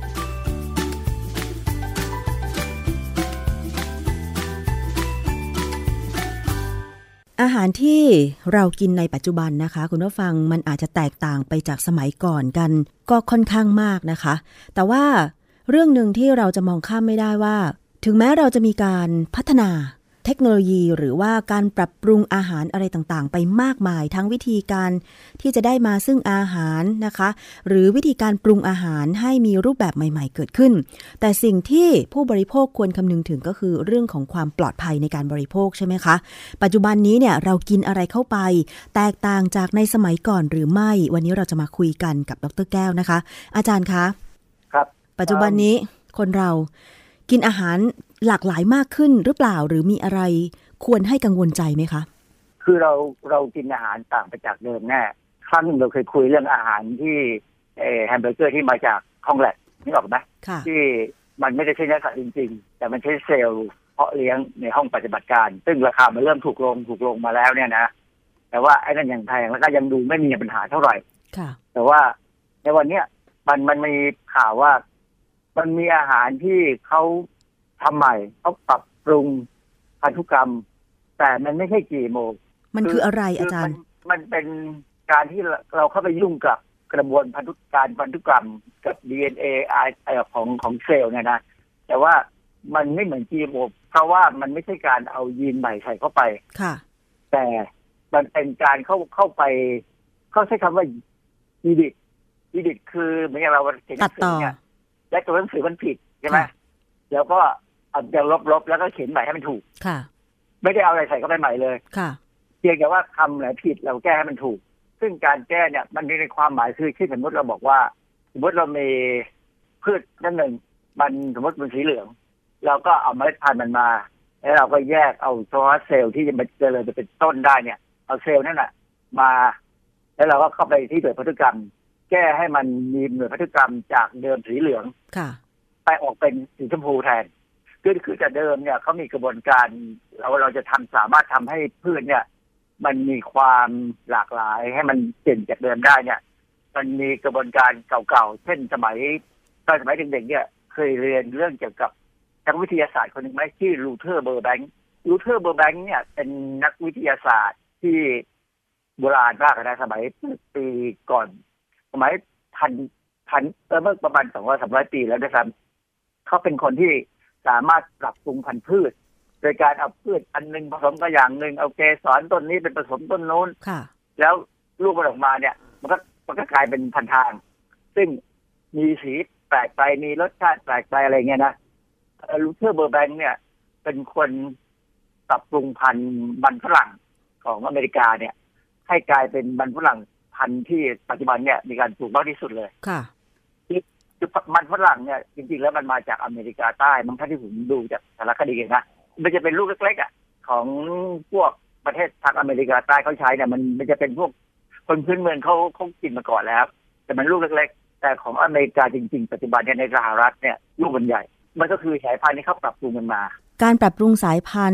อาหารที่เรากินในปัจจุบันนะคะคุณผู้ฟังมันอาจจะแตกต่างไปจากสมัยก่อนกันก็ค่อนข้างมากนะคะแต่ว่าเรื่องหนึ่งที่เราจะมองข้ามไม่ได้ว่าถึงแม้เราจะมีการพัฒนาเทคโนโลยีหรือว่าการปรับปรุงอาหารอะไรต่างๆไปมากมายทั้งวิธีการที่จะได้มาซึ่งอาหารนะคะหรือวิธีการปรุงอาหารให้มีรูปแบบใหม่ๆเกิดขึ้นแต่สิ่งที่ผู้บริโภคควรคำนึงถึงก็คือเรื่องของความปลอดภัยในการบริโภคใช่ไหมคะปัจจุบันนี้เนี่ยเรากินอะไรเข้าไปแตกต่างจากในสมัยก่อนหรือไม่วันนี้เราจะมาคุยกันกับดร.แก้วนะคะอาจารย์คะครับปัจจุบันนี้คนเรากินอาหารหลากหลายมากขึ้นหรือเปล่าหรือมีอะไรควรให้กังวลใจไหมคะคือเราเรากินอาหารต่างไปจากเดิมแน่ครั้งนึงเราเคยคุยเรื่องอาหารที่แฮมเบอร์เกอร์ที่มาจากห้องแลบนี่ออกไหมที่มันไม่ได้ใช้เนื้อสัตว์จริงๆแต่มันใช้เซลล์เพาะเลี้ยงในห้องปฏิบัติการซึ่งราคามันเริ่มถูกลงถูกลงมาแล้วเนี่ยนะแต่ว่าไอ้นั่นยังแพงแล้วก็ยังดูไม่มีปัญหาเท่าไหร่แต่ว่าในวันนี้มันมันมีข่าวว่ามันมีอาหารที่เขาทำใหม่เขาปรับปรุงพันธุกรรมแต่มันไม่ใช่ จี เอ็ม โอมันคืออะไรอาจารย์มันเป็นการที่เราเข้าไปยุ่งกับกระบวนพันธุการพันธุกรรมกับ ดี เอ็น เอ ของของเซลล์เนี่ยนะแต่ว่ามันไม่เหมือน จี เอ็ม โอ เพราะว่ามันไม่ใช่การเอายีนใหม่ใส่เข้าไปค่ะแต่มันเป็นการเข้าเข้าไปเขาใช้คำว่าอีดิทอีดิทคือเหมือนเราเขียนหนังสือเนี่ยและตัวหนังสือมันผิดใช่ไหมแล้วก็เอาจะลบๆแล้วก็เขียนใหม่ให้มันถูกค่ะไม่ได้เอาอะไรใส่เข้าไปใหม่เลยค่ะเพียงแต่ว่าคำไหนผิดเราแก้ให้มันถูกซึ่งการแก้เนี่ยมันมีในความหมายคือที่สมมติเราบอกว่าสมมติเรามีพืชนั่นหนึ่งมันสมมติเป็นสีเหลืองเราก็เอาเมล็ดพันธุ์มันมาแล้วเราก็แยกเอาเฉพาะเซลล์ที่จะมาเจริญไปเป็นต้นได้เนี่ยเอาเซลล์นั่นแหละมาแล้วเราก็เข้าไปที่หน่วยพันธุกรรมแก้ให้มันมีหน่วยพันธุกรรมจากเดิมสีเหลืองค่ะไปออกเป็นสีชมพูแทนคือคือแต่เดิมเนี่ยเขามีกระบวนการเราเราจะทำสามารถทำให้พืชเนี่ยมันมีความหลากหลายให้มันเปลี่ยนจากเดิมได้เนี่ยมันมีกระบวนการเก่าๆเช่นสมัยตอนสมัยเด็กๆเนี่ยเคยเรียนเรื่องเกี่ยวกับนักวิทยาศาสตร์คนหนึ่งไหมที่ลูเทอร์เบอร์แบงค์ลูเทอร์เบอร์แบงค์เนี่ยเป็นนักวิทยาศาสตร์ที่โบราณมากนะสมัยปีก่อนสมัยพันพันเออเมื่อประมาณสองร้อยสามร้อยปีแล้วด้วยซ้ำเขาเป็นคนที่สามารถปรับปรุงพันธุ์พืชโดยการเอาพืชอันนึงผสมกับอย่างหนึ่งเอาเกสรต้นนี้เป็นผสมต้นโน้นแล้วลูกมันออกมาเนี่ยมันก็มันก็กลายเป็นพันธุ์ทางซึ่งมีสีแปลกไปมีรสชาติแปลกไปอะไรเงี้ยนะลูเทอร์เบอร์แบงค์เนี่ยเป็นคนปรับปรุงพันธุ์มันฝรั่งของอเมริกาเนี่ยให้กลายเป็นมันฝรั่งพันธุ์ที่ปัจจุบันเนี่ยมีการปลูกมากที่สุดเลยค่ะคือมันฝรั่งเนี่ยจริงๆแล้วมันมาจากอเมริกาใต้มันถ้าที่ผมดูจากสารคดีนะมันจะเป็นลูกเล็กๆอ่ะของพวกประเทศทางอเมริกาใต้เขาใช้เนี่ยมันมันจะเป็นพวกคนพื้นเมืองเขาเขากินมาก่อนแล้วแต่มันลูกเล็กๆแต่ของอเมริกาจริงๆปัจจุบันเนี่ยในสหรัฐเนี่ยลูกมันใหญ่มันก็คือสายพันธุ์ที่เขาปรับปรุงมันมาการปรับปรุงสายพันธุ์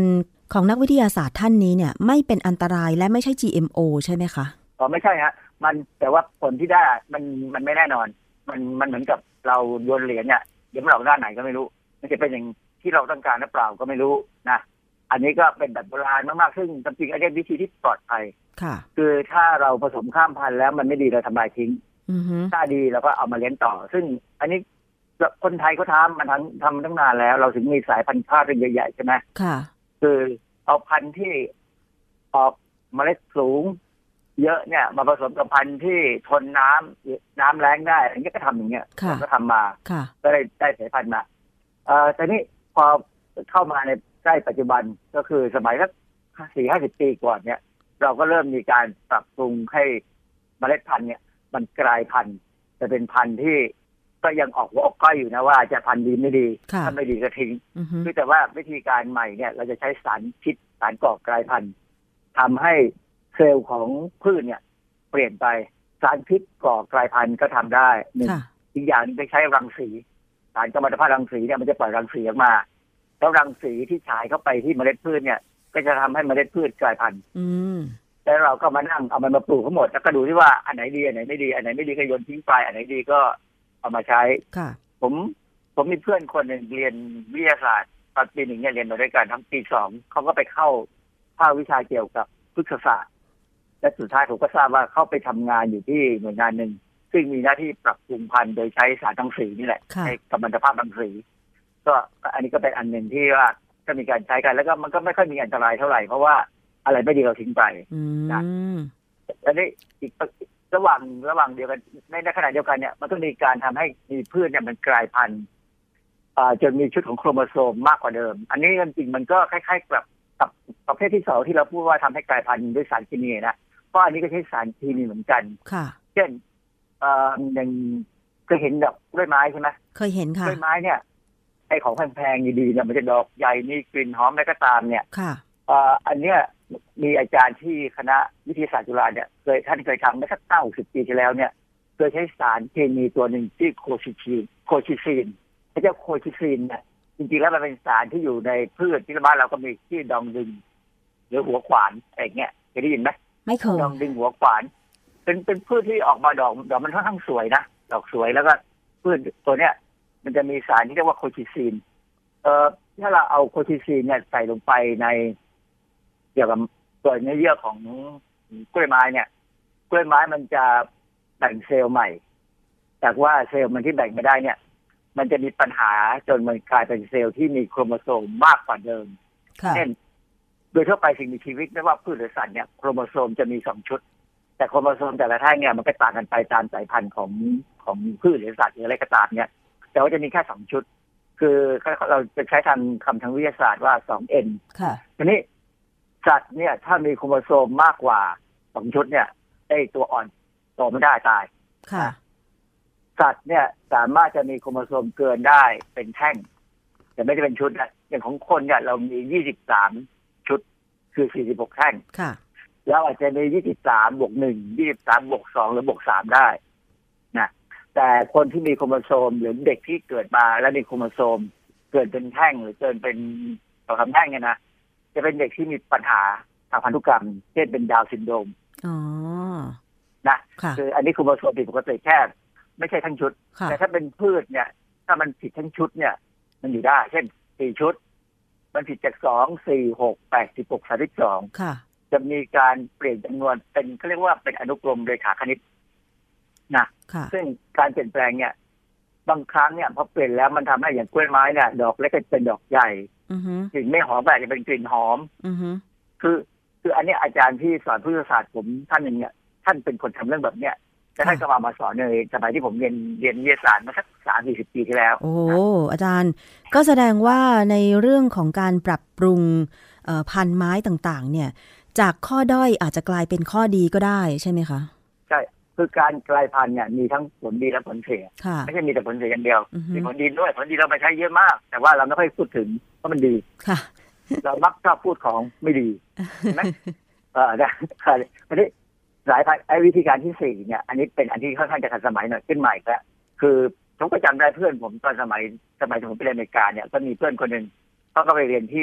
ของนักวิทยาศาสตร์ท่านนี้เนี่ยไม่เป็นอันตรายและไม่ใช่ จี เอ็ม โอ ใช่ไหมคะอ๋อไม่ใช่ฮะมันแต่ว่าผลที่ได้มันมันไม่แน่นอนมันมันเหมือนกับเราโยนเหรียญเนี่ยเดี๋ยวมันออกด้านไหนก็ไม่รู้มันจะเป็นอย่างที่เราต้องการหรือเปล่าก็ไม่รู้นะอันนี้ก็เป็นแบบโบราณมากๆซึ่งจริงๆอันนี้วิธีที่ปลอดภัยค่ะคือถ้าเราผสมข้ามพันธุ์แล้วมันไม่ดีเราทำลายทิ้งถ้าดีเราก็เอามาเลี้ยงต่อซึ่งอันนี้คนไทยเขาทำมันทั้งทำตั้งนานแล้วเราถึงมีสายพันธุ์ข้าวเป็นใหญ่ๆใช่ไหมค่ะคือเอาพันธุ์ที่ออกเมล็ดสูงเยอะเนี่ยมาผสมกับพันธุ์ที่ทนน้ำน้ำแล้งได้อันนี้ก็ทำอย่างเงี้ยก็ทำมาก็ได้ได้สายพันธุ์มาเอ่อแต่นี้พอเข้ามาในใกล้ปัจจุบันก็คือสมัยสักสี่ห้าสิบปีก่อนเนี่ยเราก็เริ่มมีการปรับปรุงให้เมล็ดพันธุ์เนี่ยมันกลายพันธุ์จะเป็นพันธุ์ที่ก็ยังออกหัวออกก้อยอยู่นะว่าจะพันธุ์ดีไม่ดีถ้าไม่ดีก็ทิ้งคือแต่ว่าวิธีการใหม่เนี่ยเราจะใช้สารพิษสารก่อกลายพันธุ์ทำให้เซลล์ของพืชเนี่ยเปลี่ยนไปสารพิษก่อกลายพันธุ์ก็ทำได้หนึ่งอีกอย่างนึงไปใช้รังสีสารกัมมันตภาพรังสีเนี่ยมันจะปล่อยรังสีออกมาแล้วรังสีที่ฉายเข้าไปที่เมล็ดพืชเนี่ยก็จะทำให้เมล็ดพืชกลายพันธุ์แล้วเราก็มานั่งเอามันมาปลูกทั้งหมดแล้วก็ดูที่ว่าอันไหนดีอันไหนไม่ดีอันไหนไม่ดีก็โยนทิ้งไปอันไหนดีก็เอามาใช้ผมผมมีเพื่อนคนหนึ่งเรียนวิทยาศาสตร์ตอนปีหนึ่งเนี่ยเรียนมาด้วยกันทั้งปีสองเขาก็ไปเข้าภาควิชาเกี่ยวกับพฤกษศาสตร์และสุดท้ายผมก็ทราบว่าเขาไปทำงานอยู่ที่หน่วยงานหนึ่งซึ่งมีหน้าที่ปรับปรุงพันธุ์โดยใช้สารรังสีนี่แหละใช้กัมมันตภาพรังสีก็อันนี้ก็เป็นอันหนึ่งที่ว่าก็มีการใช้กันแล้วก็มันก็ไม่ค่อยมีอันตรายเท่าไหร่เพราะว่าอะไรไม่ดีเราทิ้งไปนะอันนี้อีกระหว่างระหว่างเดียวกันในในขณะเดียวกันเนี่ยมันต้องมีการทำให้มีพืชเนี่ยมันกลายพันธุ์จนมีชุดของโครโมโซมมากกว่าเดิมอันนี้จริงๆมันก็คล้ายๆกับกับประเภทที่สองที่เราพูดว่าทำให้กลายพันธุ์ด้วยสารเคมีนะเพราะอันนี้ก็ใช้สารเคมีเหมือนกันค่ะเช่นอย่างเคยเห็นดอกกล้วยไม้ใช่ไหมเคยเห็นค่ะกล้วยไม้เนี่ยไอของแพงๆดีๆเนี่ยมันจะดอกใหญ่มีกลิ่นหอมอะไรก็ตามเนี่ยค่ะอันเนี้ยมีอาจารย์ที่คณะวิทยาศาสตร์จุฬาเนี่ยเคยท่านเคยทำเมื่อสักเก้าสิบปีที่แล้วเนี่ยเคยใช้สารเคมีตัวหนึ่งที่โคชิซีนโคชิซีนไอ้เจ้าโคชิซีนเนี่ยจริงๆแล้วมันเป็นสารที่อยู่ในพืชที่บ้านเราก็มีที่ดองดึงหรือหัวขวานอะไรเงี้ยเคยได้ยินไหมไม่เคยดองดึงหัวขวานเป็นเป็นพืชที่ออกมาดอกดอกมันค่อนข้างสวยนะดอกสวยแล้วก็พืชตัวเนี้ยมันจะมีสารที่เรียกว่าโคชิซีนเอ่อถ้าเราเอาโคชิซีนเนี่ยใส่ลงไปในเกี่ยวกับตัวเนื้อเยื่อของกล้วยไม้เนี่ยกล้วยไม้มันจะแบ่งเซลล์ใหม่แต่ว่าเซลล์มันที่แบ่งไม่ได้เนี่ยมันจะมีปัญหาจนมันกลายเป็นเซลล์ที่มีโครโมโซมมากกว่าเดิมเช่นโดยทั่วไปสิ่งมีชีวิตไม่ว่าพืชหรือสัตว์เนี่ยโครโมโซมจะมีสองชุดแต่โครโมโซมแต่ละท่านเนี่ยมันก็ต่างกันไปตามสายพันธุ์ของของพืชหรือสัตว์หรืออะไรก็ตามเนี่ยแต่ว่าจะมีแค่สองชุดคือเราจะใช้ทางคำทางวิทยาศาสตร์ว่า สองเอ็นค่ะทีนี้สัตว์เนี่ยถ้ามีโครโมโซมมากกว่าสองชุดเนี่ยไอ้ตัวอ่อนโตไม่ได้ตายค่ะสัตว์เนี่ยสามารถจะมีโครโมโซมเกินได้เป็นแท่งแต่ไม่ได้เป็นชุดนะอย่างของคนเนี่ยเรามียี่สิบสามชุดคือสี่สิบหกแท่งค่ะแล้วอาจจะมียี่สิบสามบวกหนึ่ง ยี่สิบสามบวกสองหรือบวกสามได้นะแต่คนที่มีโครโมโซมหรือเด็กที่เกิดมาแล้วมีโครโมโซมเกิดเป็นแท่งหรือเกิดเป็นสองสามแท่งเนี่ยนะจะเป็นเด็กที่มีปัญหาทางพันธุกรรมเช่นเป็นดาวน์ซินโดรมอ๋อนะคืออันนี้โครโมโซมผิดปกติแค่ไม่ใช่ทั้งชุดแต่ถ้าเป็นพืชเนี่ยถ้ามันผิดทั้งชุดเนี่ยมันอยู่ได้เช่นสี่ชุดมันผิดจากสอง สี่ หก แปด สิบหก สามสิบสองค่ะจะมีการเปลี่ยนจำนวนเป็นเขาเรียกว่าเป็นอนุกรมเรขาคณิตนะซึ่งการเปลี่ยนแปลงเนี่ยบางครั้งเนี่ยพอเปลี่ยนแล้วมันทำให้อย่างกล้วยไม้เนี่ยดอกเล็กก็เป็นดอกใหญ่กลิ่นไม่หอมแบบจะเป็นกลิ่นหอมคือคืออันนี้อาจารย์ที่สอนพฤกษศาสตร์ผมท่านหนึ่งเนี่ยท่านเป็นคนทำเรื่องแบบเนี้ยแต่ท่านก็มามาสอนในสมัยที่ผมเรียนเรียนวิทยาศาสตร์มาสักสามสี่สิบปีที่แล้วโอ้อาจารย์ก็แสดงว่าในเรื่องของการปรับปรุงพันธุ์ไม้ต่างๆเนี่ยจากข้อด้อยอาจจะกลายเป็นข้อดีก็ได้ใช่ไหมคะใช่คือการกลายพันธุ์เนี่ยมีทั้งผลดีและผลเสียไม่ใช่มีแต่ผลเสียอย่างเดียวมีผลดีด้วยผลดีเราไปใช้เยอะมากแต่ว่าเราไม่ค่อยพูดถึงเพราะมันดีเรามักชอบพูดของไม่ดีใช่ไหมเออนะอันนี้สายพันธุ์ไอ้วิธีการที่สี่เนี่ยอันนี้เป็นอันที่ค่อนข้างจะทันสมัยหน่อยขึ้นใหม่แล้วคือผมก็จำได้เพื่อนผมตอนสมัยสมัยที่ผมไปเรียนอเมริกาเนี่ยก็มีเพื่อนคนหนึ่งเขาก็ไปเรียนที่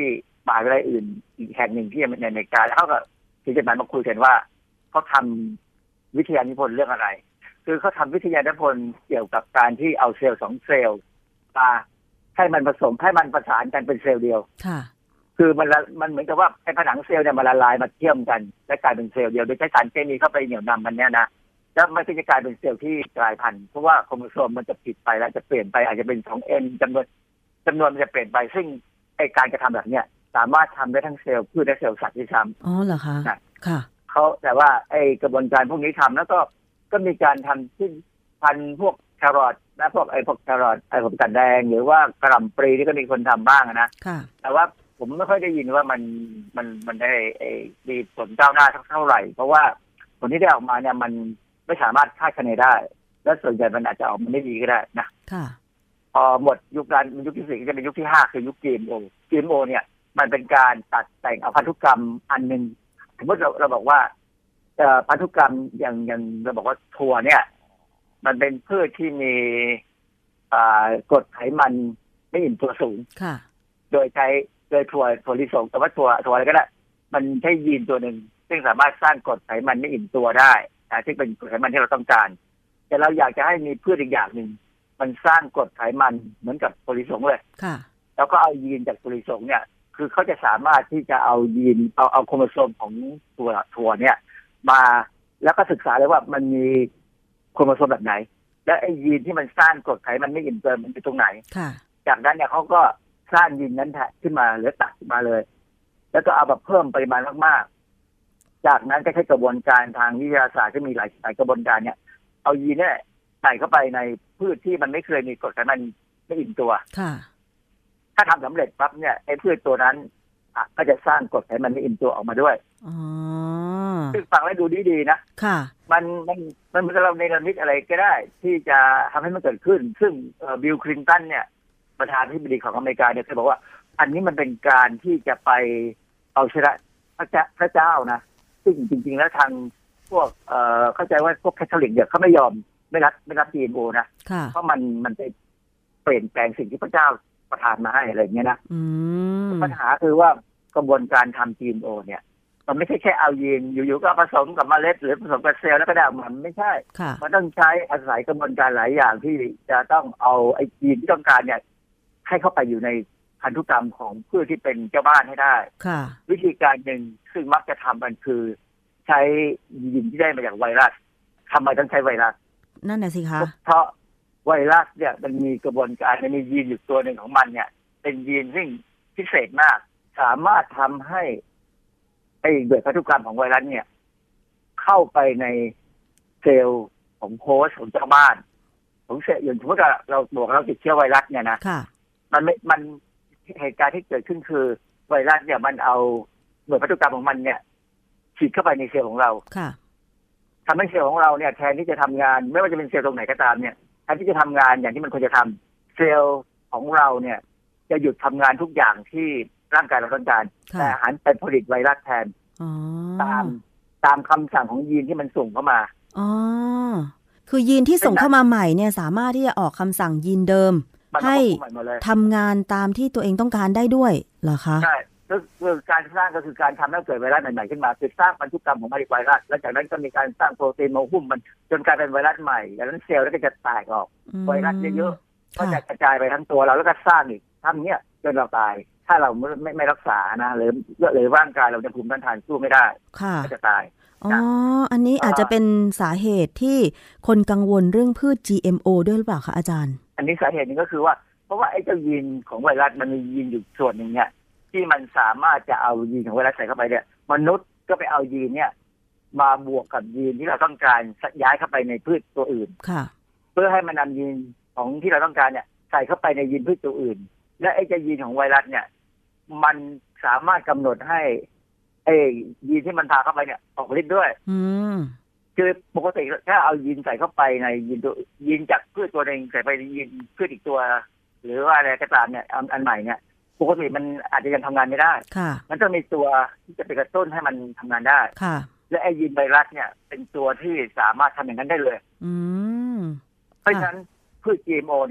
มหาวิทยาลัยอื่นอีกแห่งหนึ่งที่ในอเมริกาแล้วเขาก็ถึงจะมาคุยกันว่าเขาทำวิทยานิพนธ์เรื่องอะไรคือเขาทำวิทยานิพนธ์เกี่ยวกับการที่เอาเซลล์สองเซลล์มาให้มันผสมให้มันประสานกันเป็นเซลล์เดียวค่ะคือมันมันเหมือนกับว่าไอ้ผนังเซลล์เนี่ยมันละลายมาเชื่อมกันและกลายเป็นเซลล์เดียวโดยใช้สารเคมีเข้าไปเหนี่ยวนำมันเนี่ยนะแล้วมันก็จะกลายเป็นเซลล์ที่กลายพันธุ์เพราะว่าโครโมโซมมันจะผิดไปแล้วจะเปลี่ยนไปอาจจะเป็น สอง เอ็น จำนวนจำนวนมันจะเปลี่ยนไปซึ่งไอ้การกระทำแบบเนี้ยสามารถทำได้ทั้งเซลล์พืชและเซลล์สัตว์ที่ทำอ๋อเหรอคะค่ะเขาแต่ว่าไอ้กระบวนการพวกนี้ทำแล้วก็ก็มีการทำที่พันพวกแครอทนะพวกไอ้พวกแครอทไอ้ผมกัดแดงหรือว่ากระหล่ำปลีนี่ก็มีคนทำบ้างนะแต่ว่าผมไม่ค่อยได้ยินว่ามันมันมันได้ไอ้มีผลก้าวหน้าเท่าไหร่เพราะว่าผลที่ได้ออกมาเนี่ยมันไม่สามารถคาดคะเนได้และส่วนใหญ่มันอาจจะออกมาไม่ดีก็ได้นะพอหมดยุคนั้นยุคที่สี่ก็จะเป็นยุคที่ห้าคือยุค จี เอ็ม โอ จี เอ็ม โอ เนี่ยมันเป็นการตัดแต่งเอาพันธุกรรมอันนึงสมมติเราเราบอกว่าพันธุกรรมอย่างอย่างเราบอกว่าถั่วเนี่ยมันเป็นพืชที่มีกรดไขมันไม่อิ่มตัวสูงโดยใช้โดยถั่วถั่วลิสงแต่ว่าถั่วถั่วอะไรก็ได้มันใช้ยีนตัวหนึ่งซึ่งสามารถสร้างกรดไขมันไม่อิ่มตัวได้ที่เป็นกรดไขมันที่เราต้องการแต่เราอยากจะให้มีพืชอีกอย่างหนึ่งมันสร้างกรดไขมันเหมือนกับถั่วลิสงเลยแล้วก็เอายีนจากถั่วลิสงเนี่ยคือเขาจะสามารถที่จะเอายีนเอาเอาโครโมโซมของถั่วถั่วเนี่ยมาแล้วก็ศึกษาเลยว่ามันมีโครโมโซมแบบไหนและไอ้ยีนที่มันสร้างกรดไขมันไม่อิ่มตัวมันอยู่ตรงไหนจากนั้นเนี่ยเขาก็สร้างยีนนั้นขึ้นมาหรือตัดมาเลยแล้วก็เอาแบบเพิ่มปริมาณมากๆจากนั้นก็ใช้กระบวนการทางวิทยาศาสตร์ที่มีหลายหลายกระบวนการเนี่ยเอายีนเนี่ยใส่เข้าไปในพืชที่มันไม่เคยมีกรดไขมันไม่อิ่มตัวถ้าทำสำเร็จปั๊บเนี่ยไอ้พืชตัวนั้นก็จะสร้างกรดไขมันไม่อิ่มตัวออกมาด้วยซึ่งฟังแล้วดูดีๆนะมันมันมันมันเราในระดับอะไรก็ได้ที่จะทำให้มันเกิดขึ้นซึ่งบิลคลินตันเนี่ยประธานาธิบดีของอเมริกาเนี่ยเคยบอกว่าอันนี้มันเป็นการที่จะไปเอาชนะพระเจ้าพระเจ้านะซึ่งจริงๆแล้วทางพวกเอ่อเข้าใจว่าพวกแคทอลิกเนี่ยเขาไม่ยอมไม่รับไม่รับ จี เอ็ม โอ นะเพราะมันมันไปเปลี่ยนแปลงสิ่งที่พระเจ้าประทานมาให้อะไรอย่างเงี้ยนะปัญหาคือว่ากระบวนการทำ จี เอ็ม โอ เนี่ยมันไม่ใช่แค่เอายีนอยู่ๆก็ผสมกับเมล็ดหรือผสมกับเซลล์แล้วก็ได้มันไม่ใช่มันต้องใช้อาศัยกระบวนการหลายอย่างที่จะต้องเอาไอ้ยีนที่ต้องการเนี่ยให้เข้าไปอยู่ในพันธุกรรมของพืชที่เป็นเจ้าบ้านให้ได้วิธีการหนึ่งซึ่งมักจะทำมันคือใช้ยีนที่ได้มาจากไวรัสทำไมต้องใช้ไวรัสนั่นน่ะสิคะเพราะไวรัสเนี่ยมันมีกระบวนการมันมียีนอยู่ตัวหนึ่งของมันเนี่ยเป็นยีนซึ่งพิเศษมากสามารถทำให้ไอ้เกิดพันธุกรรมของไวรัสเนี่ยเข้าไปในเซลล์ของโฮสต์ของเจ้าบ้านของเซลล์อย่างสมมติว่าเราบอกเราติดเชื้อไวรัสเนี่ยนะมันไม่มันเหตุการณ์ที่เกิดขึ้นคือไวรัสเนี่ยมันเอาหน่วยพันธุกรรมของมันเนี่ยฉีดเข้าไปในเซลล์ของเราทำให้เซลล์ของเราเนี่ยแทนที่จะทำงานไม่ว่าจะเป็นเซลล์ตรงไหนก็ตามเนี่ยแทนที่จะทำงานอย่างที่มันควรจะทำเซลล์ของเราเนี่ยจะหยุดทำงานทุกอย่างที่ร่างกายเราต้องการแต่หันไปผลิตไวรัสแทนตามตามคำสั่งของยีนที่มันส่งเข้ามาอ๋อคือยีนที่ส่งเข้ามาใหม่เนี่ยสามารถที่จะออกคำสั่งยีนเดิมให้ทำงานตามที่ตัวเองต้องการได้ด้วยเหรอคะใช่คือการสร้างก็คือการทำให้เกิดไวรัสใหม่ๆขึ้นมาคือสร้างพันธุกรรมของไวรัสแล้วจากนั้นก็มีการสร้างโปรตีนมาหุ้มมันจนกลายเป็นไวรัสใหม่แล้วนั้นเซลล์แล้วก็จะแตกออกไวรัสเยอะๆก็จะกระจายไปทั้งตัวเราแล้วก็สร้างอีกทำเนี้ยจนเราตายถ้าเราไม่ไม่ไม่รักษานะหรือหรือร่างกายเราจะภูมิต้านทานสู้ไม่ได้ก็จะตายอ๋ออันนี้อาจจะเป็นสาเหตุที่คนกังวลเรื่องพืช จี เอ็ม โอ ด้วยหรือเปล่าคะอาจารย์อันนี้สาเหตุนึงก็คือว่าเพราะว่าไอ้เจ้ายีนของไวรัสมันมียีนอยู่ส่วนหนึ่งเนี่ยที่มันสามารถจะเอายีนของไวรัสใส่เข้าไปเนี่ยมนุษย์ก็ไปเอายีนเนี่ยมาบวกกับยีนที่เราต้องการย้ายเข้าไปในพืชตัวอื่นเพื่อให้มันนำยีนของที่เราต้องการเนี่ยใส่เข้าไปในยีนพืชตัวอื่นและไอ้เจ้ายีนของไวรัสเนี่ยมันสามารถกำหนดให้ไอ้ยีนที่มันพาเข้าไปเนี่ยออกฤทธิ์ด้วยคือปกติถ้าเอายีนใส่เข้าไปในยีนตัวยีนจากพืชตัวหนึ่งใส่ไปในยีนพืชอีกตัวหรือว่าอะไรก็ตามเนี่ยอันใหม่เนี่ยปกติมันอาจจะยังทำงานไม่ได้มันต้องมีตัวที่จะไปกระตุ้นให้มันทำงานได้และไอ้ยีนไวรัสเนี่ยเป็นตัวที่สามารถทำอย่างนั้นได้เลยเพราะฉะนั้นพืช จี เอ็ม โอ เนี่ย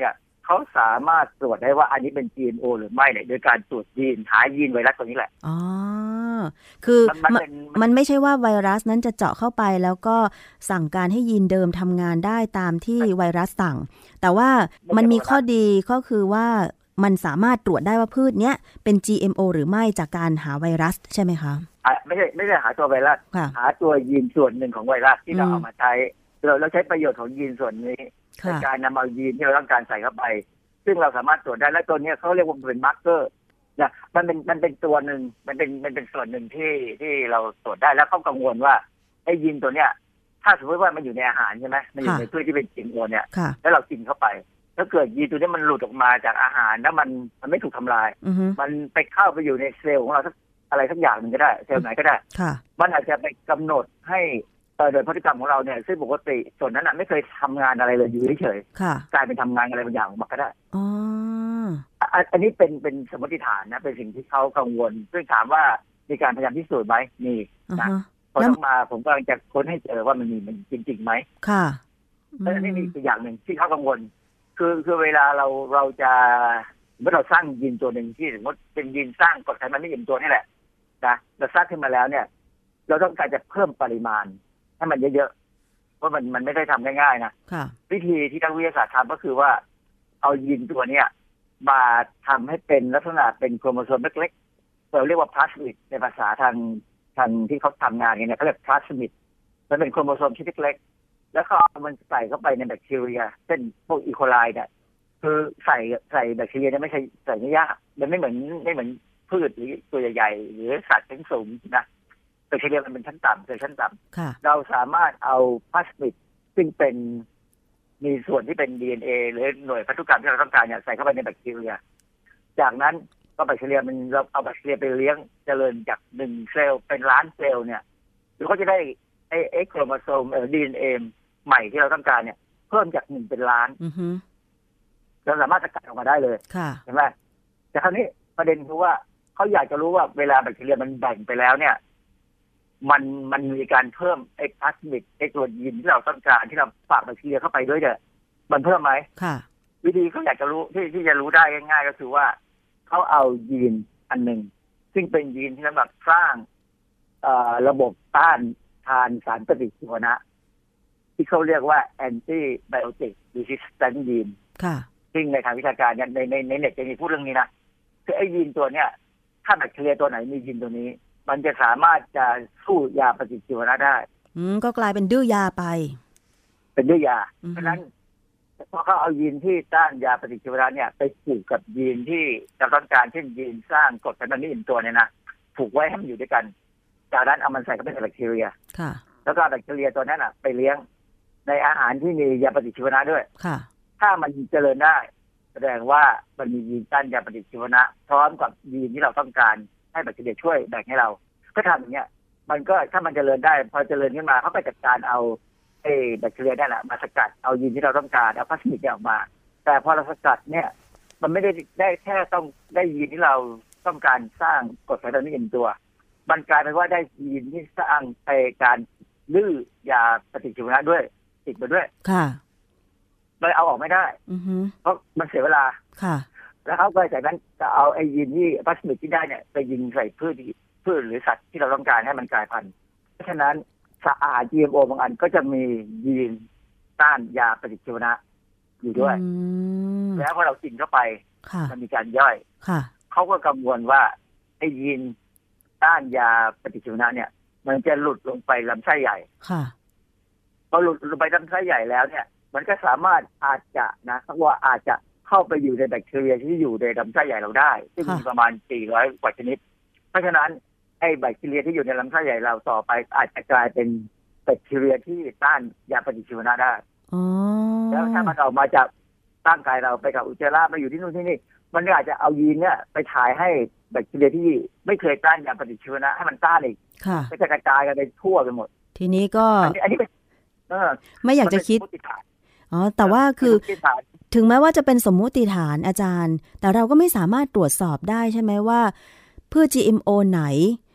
เขาสามารถตรวจได้ว่าอันนี้เป็น จี เอ็ม โอ หรือไม่เนี่ยโดยการตรวจยีนหายีนไวรัสตัวนี้แหละอ๋อคือมันมันไม่ใช่ว่าไวรัสนั้นจะเจาะเข้าไปแล้วก็สั่งการให้ยีนเดิมทำงานได้ตามที่ไวรัสสั่งแต่ว่ามันมีข้อดีก็คือว่ามันสามารถตรวจได้ว่าพืชเนี้ยเป็น จี เอ็ม โอ หรือไม่จากการหาไวรัสใช่ไหมคะไม่ใช่ไม่ใช่หาตัวไวรัสหาตัวยีนส่วนหนึ่งของไวรัสที่เราเอามาใช้เราเราใช้ประโยชน์ของยีนส่วนนี้ในการนำเอายีนที่เราต้องการใส่เข้าไปซึ่งเราสามารถตรวจได้และตัวนี้เขาเรียกว่าเป็นมาร์กเกอร์นะมันเป็นมันเป็นตัวหนึ่งมันเป็นมันเป็นส่วนหนึ่งที่ที่เราตรวจได้แล้วเขากังวลว่าไอ้ยีนตัวเนี้ยถ้าสมมติว่ามันอยู่ในอาหารใช่ไหมมันอยู่ในพืชที่เป็นจี เอ็ม โอ เนี่ยแล้วเรากินเข้าไปถ้าเกิดยีนตัวนี้มันหลุดออกมาจากอาหารแล้วมันมันไม่ถูกทำลายมันไปเข้าไปอยู่ในเซลล์ของเราสักอะไรสักอย่างหนึ่งก็ได้เซลล์ไหนก็ได้มันอาจจะไปกำหนดให้โดยพฤติกรรมของเราเนี่ยซึ่งปกติส่วนนั้นไม่เคยทำงานอะไรเลยอยู่เฉยๆกลายเป็นทำงานอะไรบางอย่างออกมาก็ได้อ๋ออันนี้เป็นเป็นสมมติฐานนะเป็นสิ่งที่เขากังวลซึ่งถามว่ามีการพยายามพิสูจน์ไหมมีนะพอต้องมาผมกำลังจะค้นให้เจอว่ามันมีมันจริงๆไหมค่ะแล้วอันนี้มีตัวอย่างหนึ่งที่เขากังวลคือคือเวลาเราเราจะเมื่อเราสร้างยีนตัวหนึ่งที่สมมติเป็นยีนสร้างกรดไขมันไม่อิ่มตัวนี่แหละนะเราสร้างขึ้นมาแล้วเนี่ยเราต้องการจะเพิ่มปริมาณให้มันเยอะๆเพราะมันมันไม่ได้ทำง่ายๆนะวิธีที่นักวิทยาศาสตร์ทำก็คือว่าเอายีนตัวเนี้ยมาทำให้เป็นลักษณะเป็นโครโมโซมเล็กๆเราเรียกว่าพลาสมิดในภาษาทางทางที่เขาทำงานกันเนี่ยเขาเรียกพลาสมิดมันเป็นโครโมโซมชิ้นเล็กๆแล้วก็มันใส่เข้าไปในแบคทีเรียเช่นพวกอีโคไลเนี่ยคือใส่ใส่แบคทีเรียเนี่ยไม่ใช่ใส่ไม่ยากมันไม่เหมือนไม่เหมือนพืชหรือตัวใหญ่ๆหรือสัตว์ชั้นสูงนะแบคทีเรียมันเป็นชั้นต่ำคือชั้นต่ำเราสามารถเอาพลาสมิดซึ่งเป็นมีส่วนที่เป็น ดี เอ็น เอ หรือหน่วยพันธุกรรมที่เราต้องการเนี่ยใส่เข้าไปในแบคทีเรียจากนั้นก็แบคทีเรียมันเราเอาแบคทีเรียไปเลี้ยงเจริญจากหนึ่งเซลล์เป็นล้านเซลล์เนี่ยหรือเขาจะได้ไอ้ไอ้โครโมโซมเอ่อ ดี เอ็น เอ ใหม่ที่เราต้องการเนี่ยเพิ่มจากหนึ่งเป็นล้านเราสามารถสกัดออกมาได้เลยเห็นไหมแต่คราวนี้ประเด็นคือว่าเขาอยากจะรู้ว่าเวลาแบคทีเรียมันแบ่งไปแล้วเนี่ยมันมันมีการเพิ่มไอ้พลาสมิดไอ้ตัวยีนที่เราต้องการที่เราฝากแบคทีเรียเข้าไปด้วยเนี่ยมันเพิ่มไหมค่ะวิธีเขาอยากจะรู้ที่ที่จะรู้ได้ง่ายๆก็คือว่าเขาเอายีนอันหนึ่งซึ่งเป็นยีนที่สำหรับสร้างระบบต้านทานสารปฏิชีวนะที่เขาเรียกว่า antibiotic resistant gene ค่ะซึ่งในทางวิชาการเนี่ยในในในเน็ตจะมีพูดเรื่องนี้นะคือไอ้ยีนตัวเนี้ยถ้าแบคทีเรียตัวไหนมียีนตัวนี้มันจะสามารถจะสู้ยาปฏิชีวนะได้อืมก็กลายเป็นดื้อยาไปเป็นดื้อยาเพราะฉะนั้นพอเขาเอายีนที่ต้านยาปฏิชีวนะเนี่ยไปผูกกับยีนที่เราต้องการเช่นยีนสร้างกรดไขมันไม่อิ่มตัวเนี่ยนะผูกไว้ให้มันอยู่ด้วยกันจากนั้นเอามันใส่เข้าไปในแบคทีเรียค่ะแล้วก็แบคทีเรียตัวนั้นอ่ะไปเลี้ยงในอาหารที่มียาปฏิชีวนะด้วยค่ะถ้ามันเจริญได้แสดงว่ามันมียีนต้านยาปฏิชีวนะพร้อมกับยีนที่เราต้องการให้แบคทีเรียช่วยแบ่งให้เราก็ทำอย่างเงี้ยมันก็ถ้ามันเจริญได้พอเจริญขึ้นมาเขาไปจัดการเอาไอ้แบคทีเรียนั่นแหละมาสกัดเอายีนที่เราต้องการเอาพลาสมิดออกมาแต่พอเราสกัดเนี่ยมันไม่ได้ได้แค่ต้องได้ยีนที่เราต้องการสร้างกรดไขมันไม่อิ่มตัวมันกลายเป็นว่าได้ยีนที่สร้างไอ้การดื้อยาปฏิชีวนะด้วยติดมาด้วยค่ะเลยเอาออกไม่ได้เพราะมันเสียเวลาค่ะแล้วเขาก็จากนั้นจะเอาไอ้ยีนที่พลาสมิดที่ได้เนี่ยไปยิงใส่พืชพืชหรือสัตว์ที่เราต้องการให้มันกลายพันธุ์เพราะฉะนั้นอาหาร จี เอ็ม โอ บางอันก็จะมียีนต้านยาปฏิชีวนะอยู่ด้วยแล้วพอเรากินเข้าไปมันมีการย่อยเขาก็กังวลว่าไอ้ยีนต้านยาปฏิชีวนะเนี่ยมันจะหลุดลงไปลำไส้ใหญ่พอหลุดลงไปลำไส้ใหญ่แล้วเนี่ยมันก็สามารถอาจจะนะเพราะว่าอาจจะเข้าไปอยู่ในแบคทีเรียที่อยู่ในลำไส้ใหญ่เราได้ซึ่งมีประมาณสี่ร้อยกว่าชนิดเพราะฉะนั้นไอ้แบคทีเรียที่อยู่ในลำไส้ใหญ่เราต่อไปอาจจะกลายเป็นแบคทีเรียที่ต้านยาปฏิชีวนะได้แล้วถ้ามันออกมาจากร่างกายเราไปกับอุจจาระมาอยู่ที่นู่นที่นี่มันก็อาจจะเอายีนเนี่ยไปถ่ายให้แบคทีเรียที่ไม่เคยต้านยาปฏิชีวนะให้มันต้านอีกก็จะกระจายกันไปทั่วไปหมดทีนี้ก็อันนี้ไม่อยากจะคิดอ๋อแต่ว่าคือถึงแม้ว่าจะเป็นสมมุติฐานอาจารย์แต่เราก็ไม่สามารถตรวจสอบได้ใช่ไหมว่าพืช จี เอ็ม โอ ไหน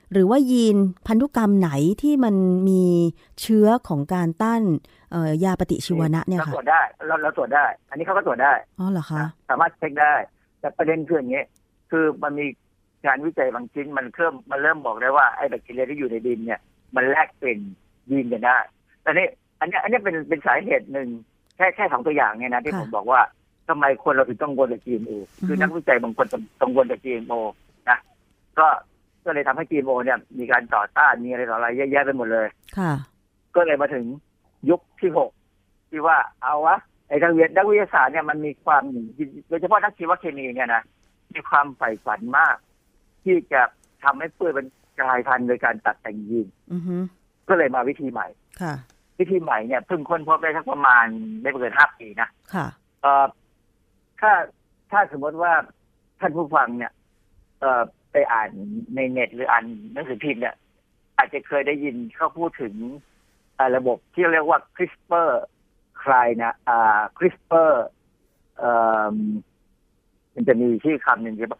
หรือว่ายีนพันธุกรรมไหนที่มันมีเชื้อของการต้านยาปฏิชีวนะเนี่ยค่ะเราตรวจได้เราเราตรวจได้อันนี้เขาก็ตรวจได้อ๋อเหรอคะสามารถเช็คได้แต่ประเด็นคืออย่างนี้คือมันมีงานวิจัยบางชิ้นมันเริ่มมันเริ่มบอกได้ว่าไอ้แบคทีเรียที่อยู่ในดินเนี่ยมันแลกเป็นยีนกันได้แต่นี่อันนี้อันนี้เป็นเป็นสาเหตุหนึ่งแค่แค่สองตัวอย่างเนี่ยนะที่ผมบอกว่าทำไมคนเราถึงต้องกังวลกับ จี เอ็ม โอ คือนักวิจัยบางคนกังวลกับ จี เอ็ม โอ นะก็ก็เลยทำให้ จี เอ็ม โอ เนี่ยมีการต่อต้านมีอะไรต่ออะไรเยอะแยะไปหมดเลยค่ะก็เลยมาถึงยุคที่หกที่ว่าเอาวะไอ้ทางนักวิทยาศาสตร์เนี่ยมันมีความโดยเฉพาะนักชีวเคมีเนี่ยนะมีความใฝ่ฝันมากที่จะทำให้พืชเป็นกลายพันธุ์โดยการตัดแต่งยีนก็เลยมาวิธีใหม่ค่ะวิธีใหม่เนี่ยเพิ่งค้นพบได้สักประมาณไม่เกินห้าปีนะค่ะเอ่อถ้าถ้าสมมติว่าท่านผู้ฟังเนี่ยเอ่อไปอ่านในเน็ตหรืออ่านหนังสือพิมพ์เนี่ยอาจจะเคยได้ยินเขาพูดถึงระบบที่เรียกว่า CRISPR ใครนะอ่า CRISPR เอ่อมันจะมีชื่อคำหนึ่งที่ว่า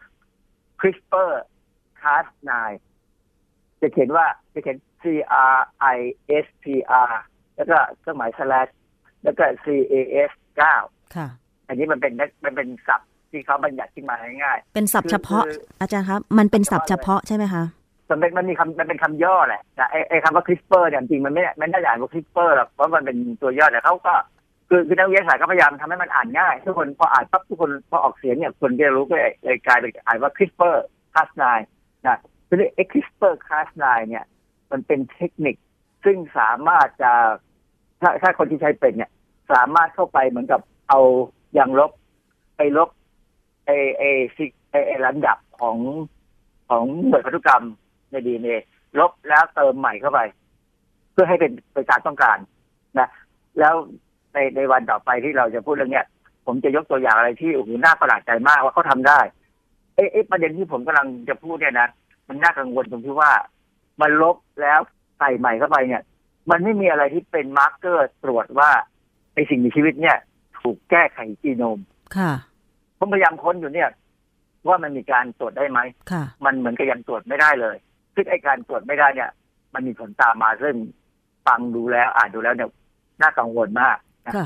CRISPR คาส ไนน์ จะเขียนว่าจะเขียน C R I S P R แล้วก็เครื่องหมาย slash แล้วก็ C A S เก้าค่ะอันนี้มันเป็นมันเป็นศัพท์ที่เขาบัญญัติขึ้นมาง่ายๆเป็นศัพท์เฉพาะอาจารย์ครับมันเป็นศัพท์เฉพาะใช่ไหมคะมันเป็นมันมีคำมันเป็นคำย่อแหละแต่ไอ้ไอ้คำว่า CRISPR เนี่ยจริงมันไม่ไม่ได้อ่านว่า CRISPR หรอกเพราะมันเป็นตัวย่อแต่เขาก็คือคือนักวิทยาศาสตร์ก็พยายามทำให้มันอ่านง่ายทุกคนพออ่านปั๊บทุกคนพอออกเสียงเนี่ยคนจะรู้ก็เลยกลายเป็นอ่านว่า CRISPR คาส ไนน์ นะคือไอ้ CRISPR คาส ไนน์ เนี่ยมันเป็นเทคนิคซึ่งสามารถจะถ้าถ้าคนที่ใช้เป็นเนี่ยสามารถเข้าไปเหมือนกับเอายางลบไปลบไอ้ไอ้ไอ้ไอ้ลำดับของของหน่วยพันธุกรรมใน ดี เอ็น เอ ลบแล้วเติมใหม่เข้าไปเพื่อให้เป็นไปตามต้องการนะแล้วในในวันต่อไปที่เราจะพูดเรื่องเนี้ยผมจะยกตัวอย่างอะไรที่โอ้โหน่าประหลาดใจมากว่าเขาทำได้ไอ้ไอ้ประเด็นที่ผมกำลังจะพูดเนี่ยนะมันน่ากังวลตรงที่ว่ามันลบแล้วใส่ใหม่เข้าไปเนี่ยมันไม่มีอะไรที่เป็นมาร์กเกอร์ตรวจว่าไอ้สิ่งมีชีวิตเนี่ยถูกแก้ไขจีโนมค่ะผมพยายามค้นอยู่เนี่ยว่ามันมีการตรวจได้ไหมค่ะมันเหมือนกับยังตรวจไม่ได้เลยซึ่งไอ้การตรวจไม่ได้เนี่ยมันมีผลตามมาซึ่งฟังดูแล้วอ่านดูแล้วเนี่ยน่ากังวลมากค่ะ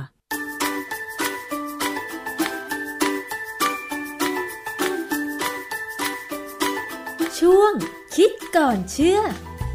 ช่วงคิดก่อนเชื่อ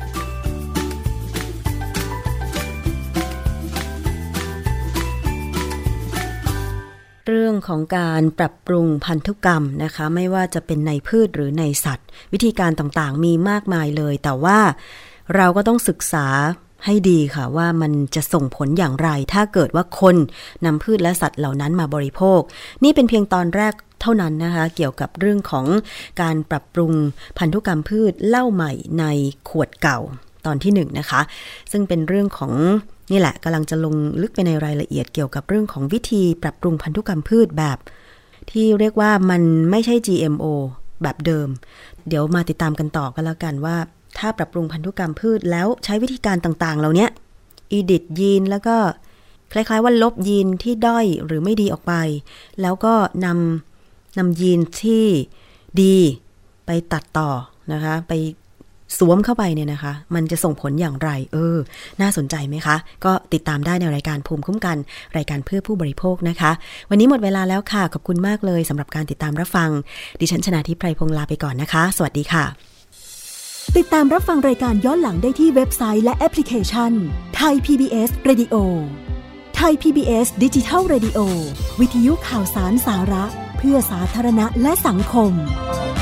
เรื่องของการปรับปรุงพันธุกรรมนะคะไม่ว่าจะเป็นในพืชหรือในสัตว์วิธีการต่างๆมีมากมายเลยแต่ว่าเราก็ต้องศึกษาให้ดีค่ะว่ามันจะส่งผลอย่างไรถ้าเกิดว่าคนนำพืชและสัตว์เหล่านั้นมาบริโภคนี่เป็นเพียงตอนแรกเท่านั้นนะคะเกี่ยวกับเรื่องของการปรับปรุงพันธุกรรมพืชเล่าใหม่ในขวดเก่าตอนที่หนึ่งนะคะซึ่งเป็นเรื่องของนี่แหละกำลังจะลงลึกไปในรายละเอียดเกี่ยวกับเรื่องของวิธีปรับปรุงพันธุกรรมพืชแบบที่เรียกว่ามันไม่ใช่ จี เอ็ม โอ แบบเดิมเดี๋ยวมาติดตามกันต่อกันแล้วกันว่าถ้าปรับปรุงพันธุกรรมพืชแล้วใช้วิธีการต่างๆเหล่านี้อีดิทยีนแล้วก็คล้ายๆว่าลบยีนที่ด้อยหรือไม่ดีออกไปแล้วก็นำนำยีนที่ดีไปตัดต่อนะคะไปสวมเข้าไปเนี่ยนะคะมันจะส่งผลอย่างไรเออน่าสนใจไหมคะก็ติดตามได้ในรายการภูมิคุ้มกันรายการเพื่อผู้บริโภคนะคะวันนี้หมดเวลาแล้วค่ะขอบคุณมากเลยสำหรับการติดตามรับฟังดิฉันชนาธิป ไพรพงษ์ลาไปก่อนนะคะสวัสดีค่ะติดตามรับฟังรายการย้อนหลังได้ที่เว็บไซต์และแอปพลิเคชัน Thai พี บี เอส Radio Thai พี บี เอส Digital Radio วิทยุข่าวสารสาระเพื่อสาธารณะและสังคม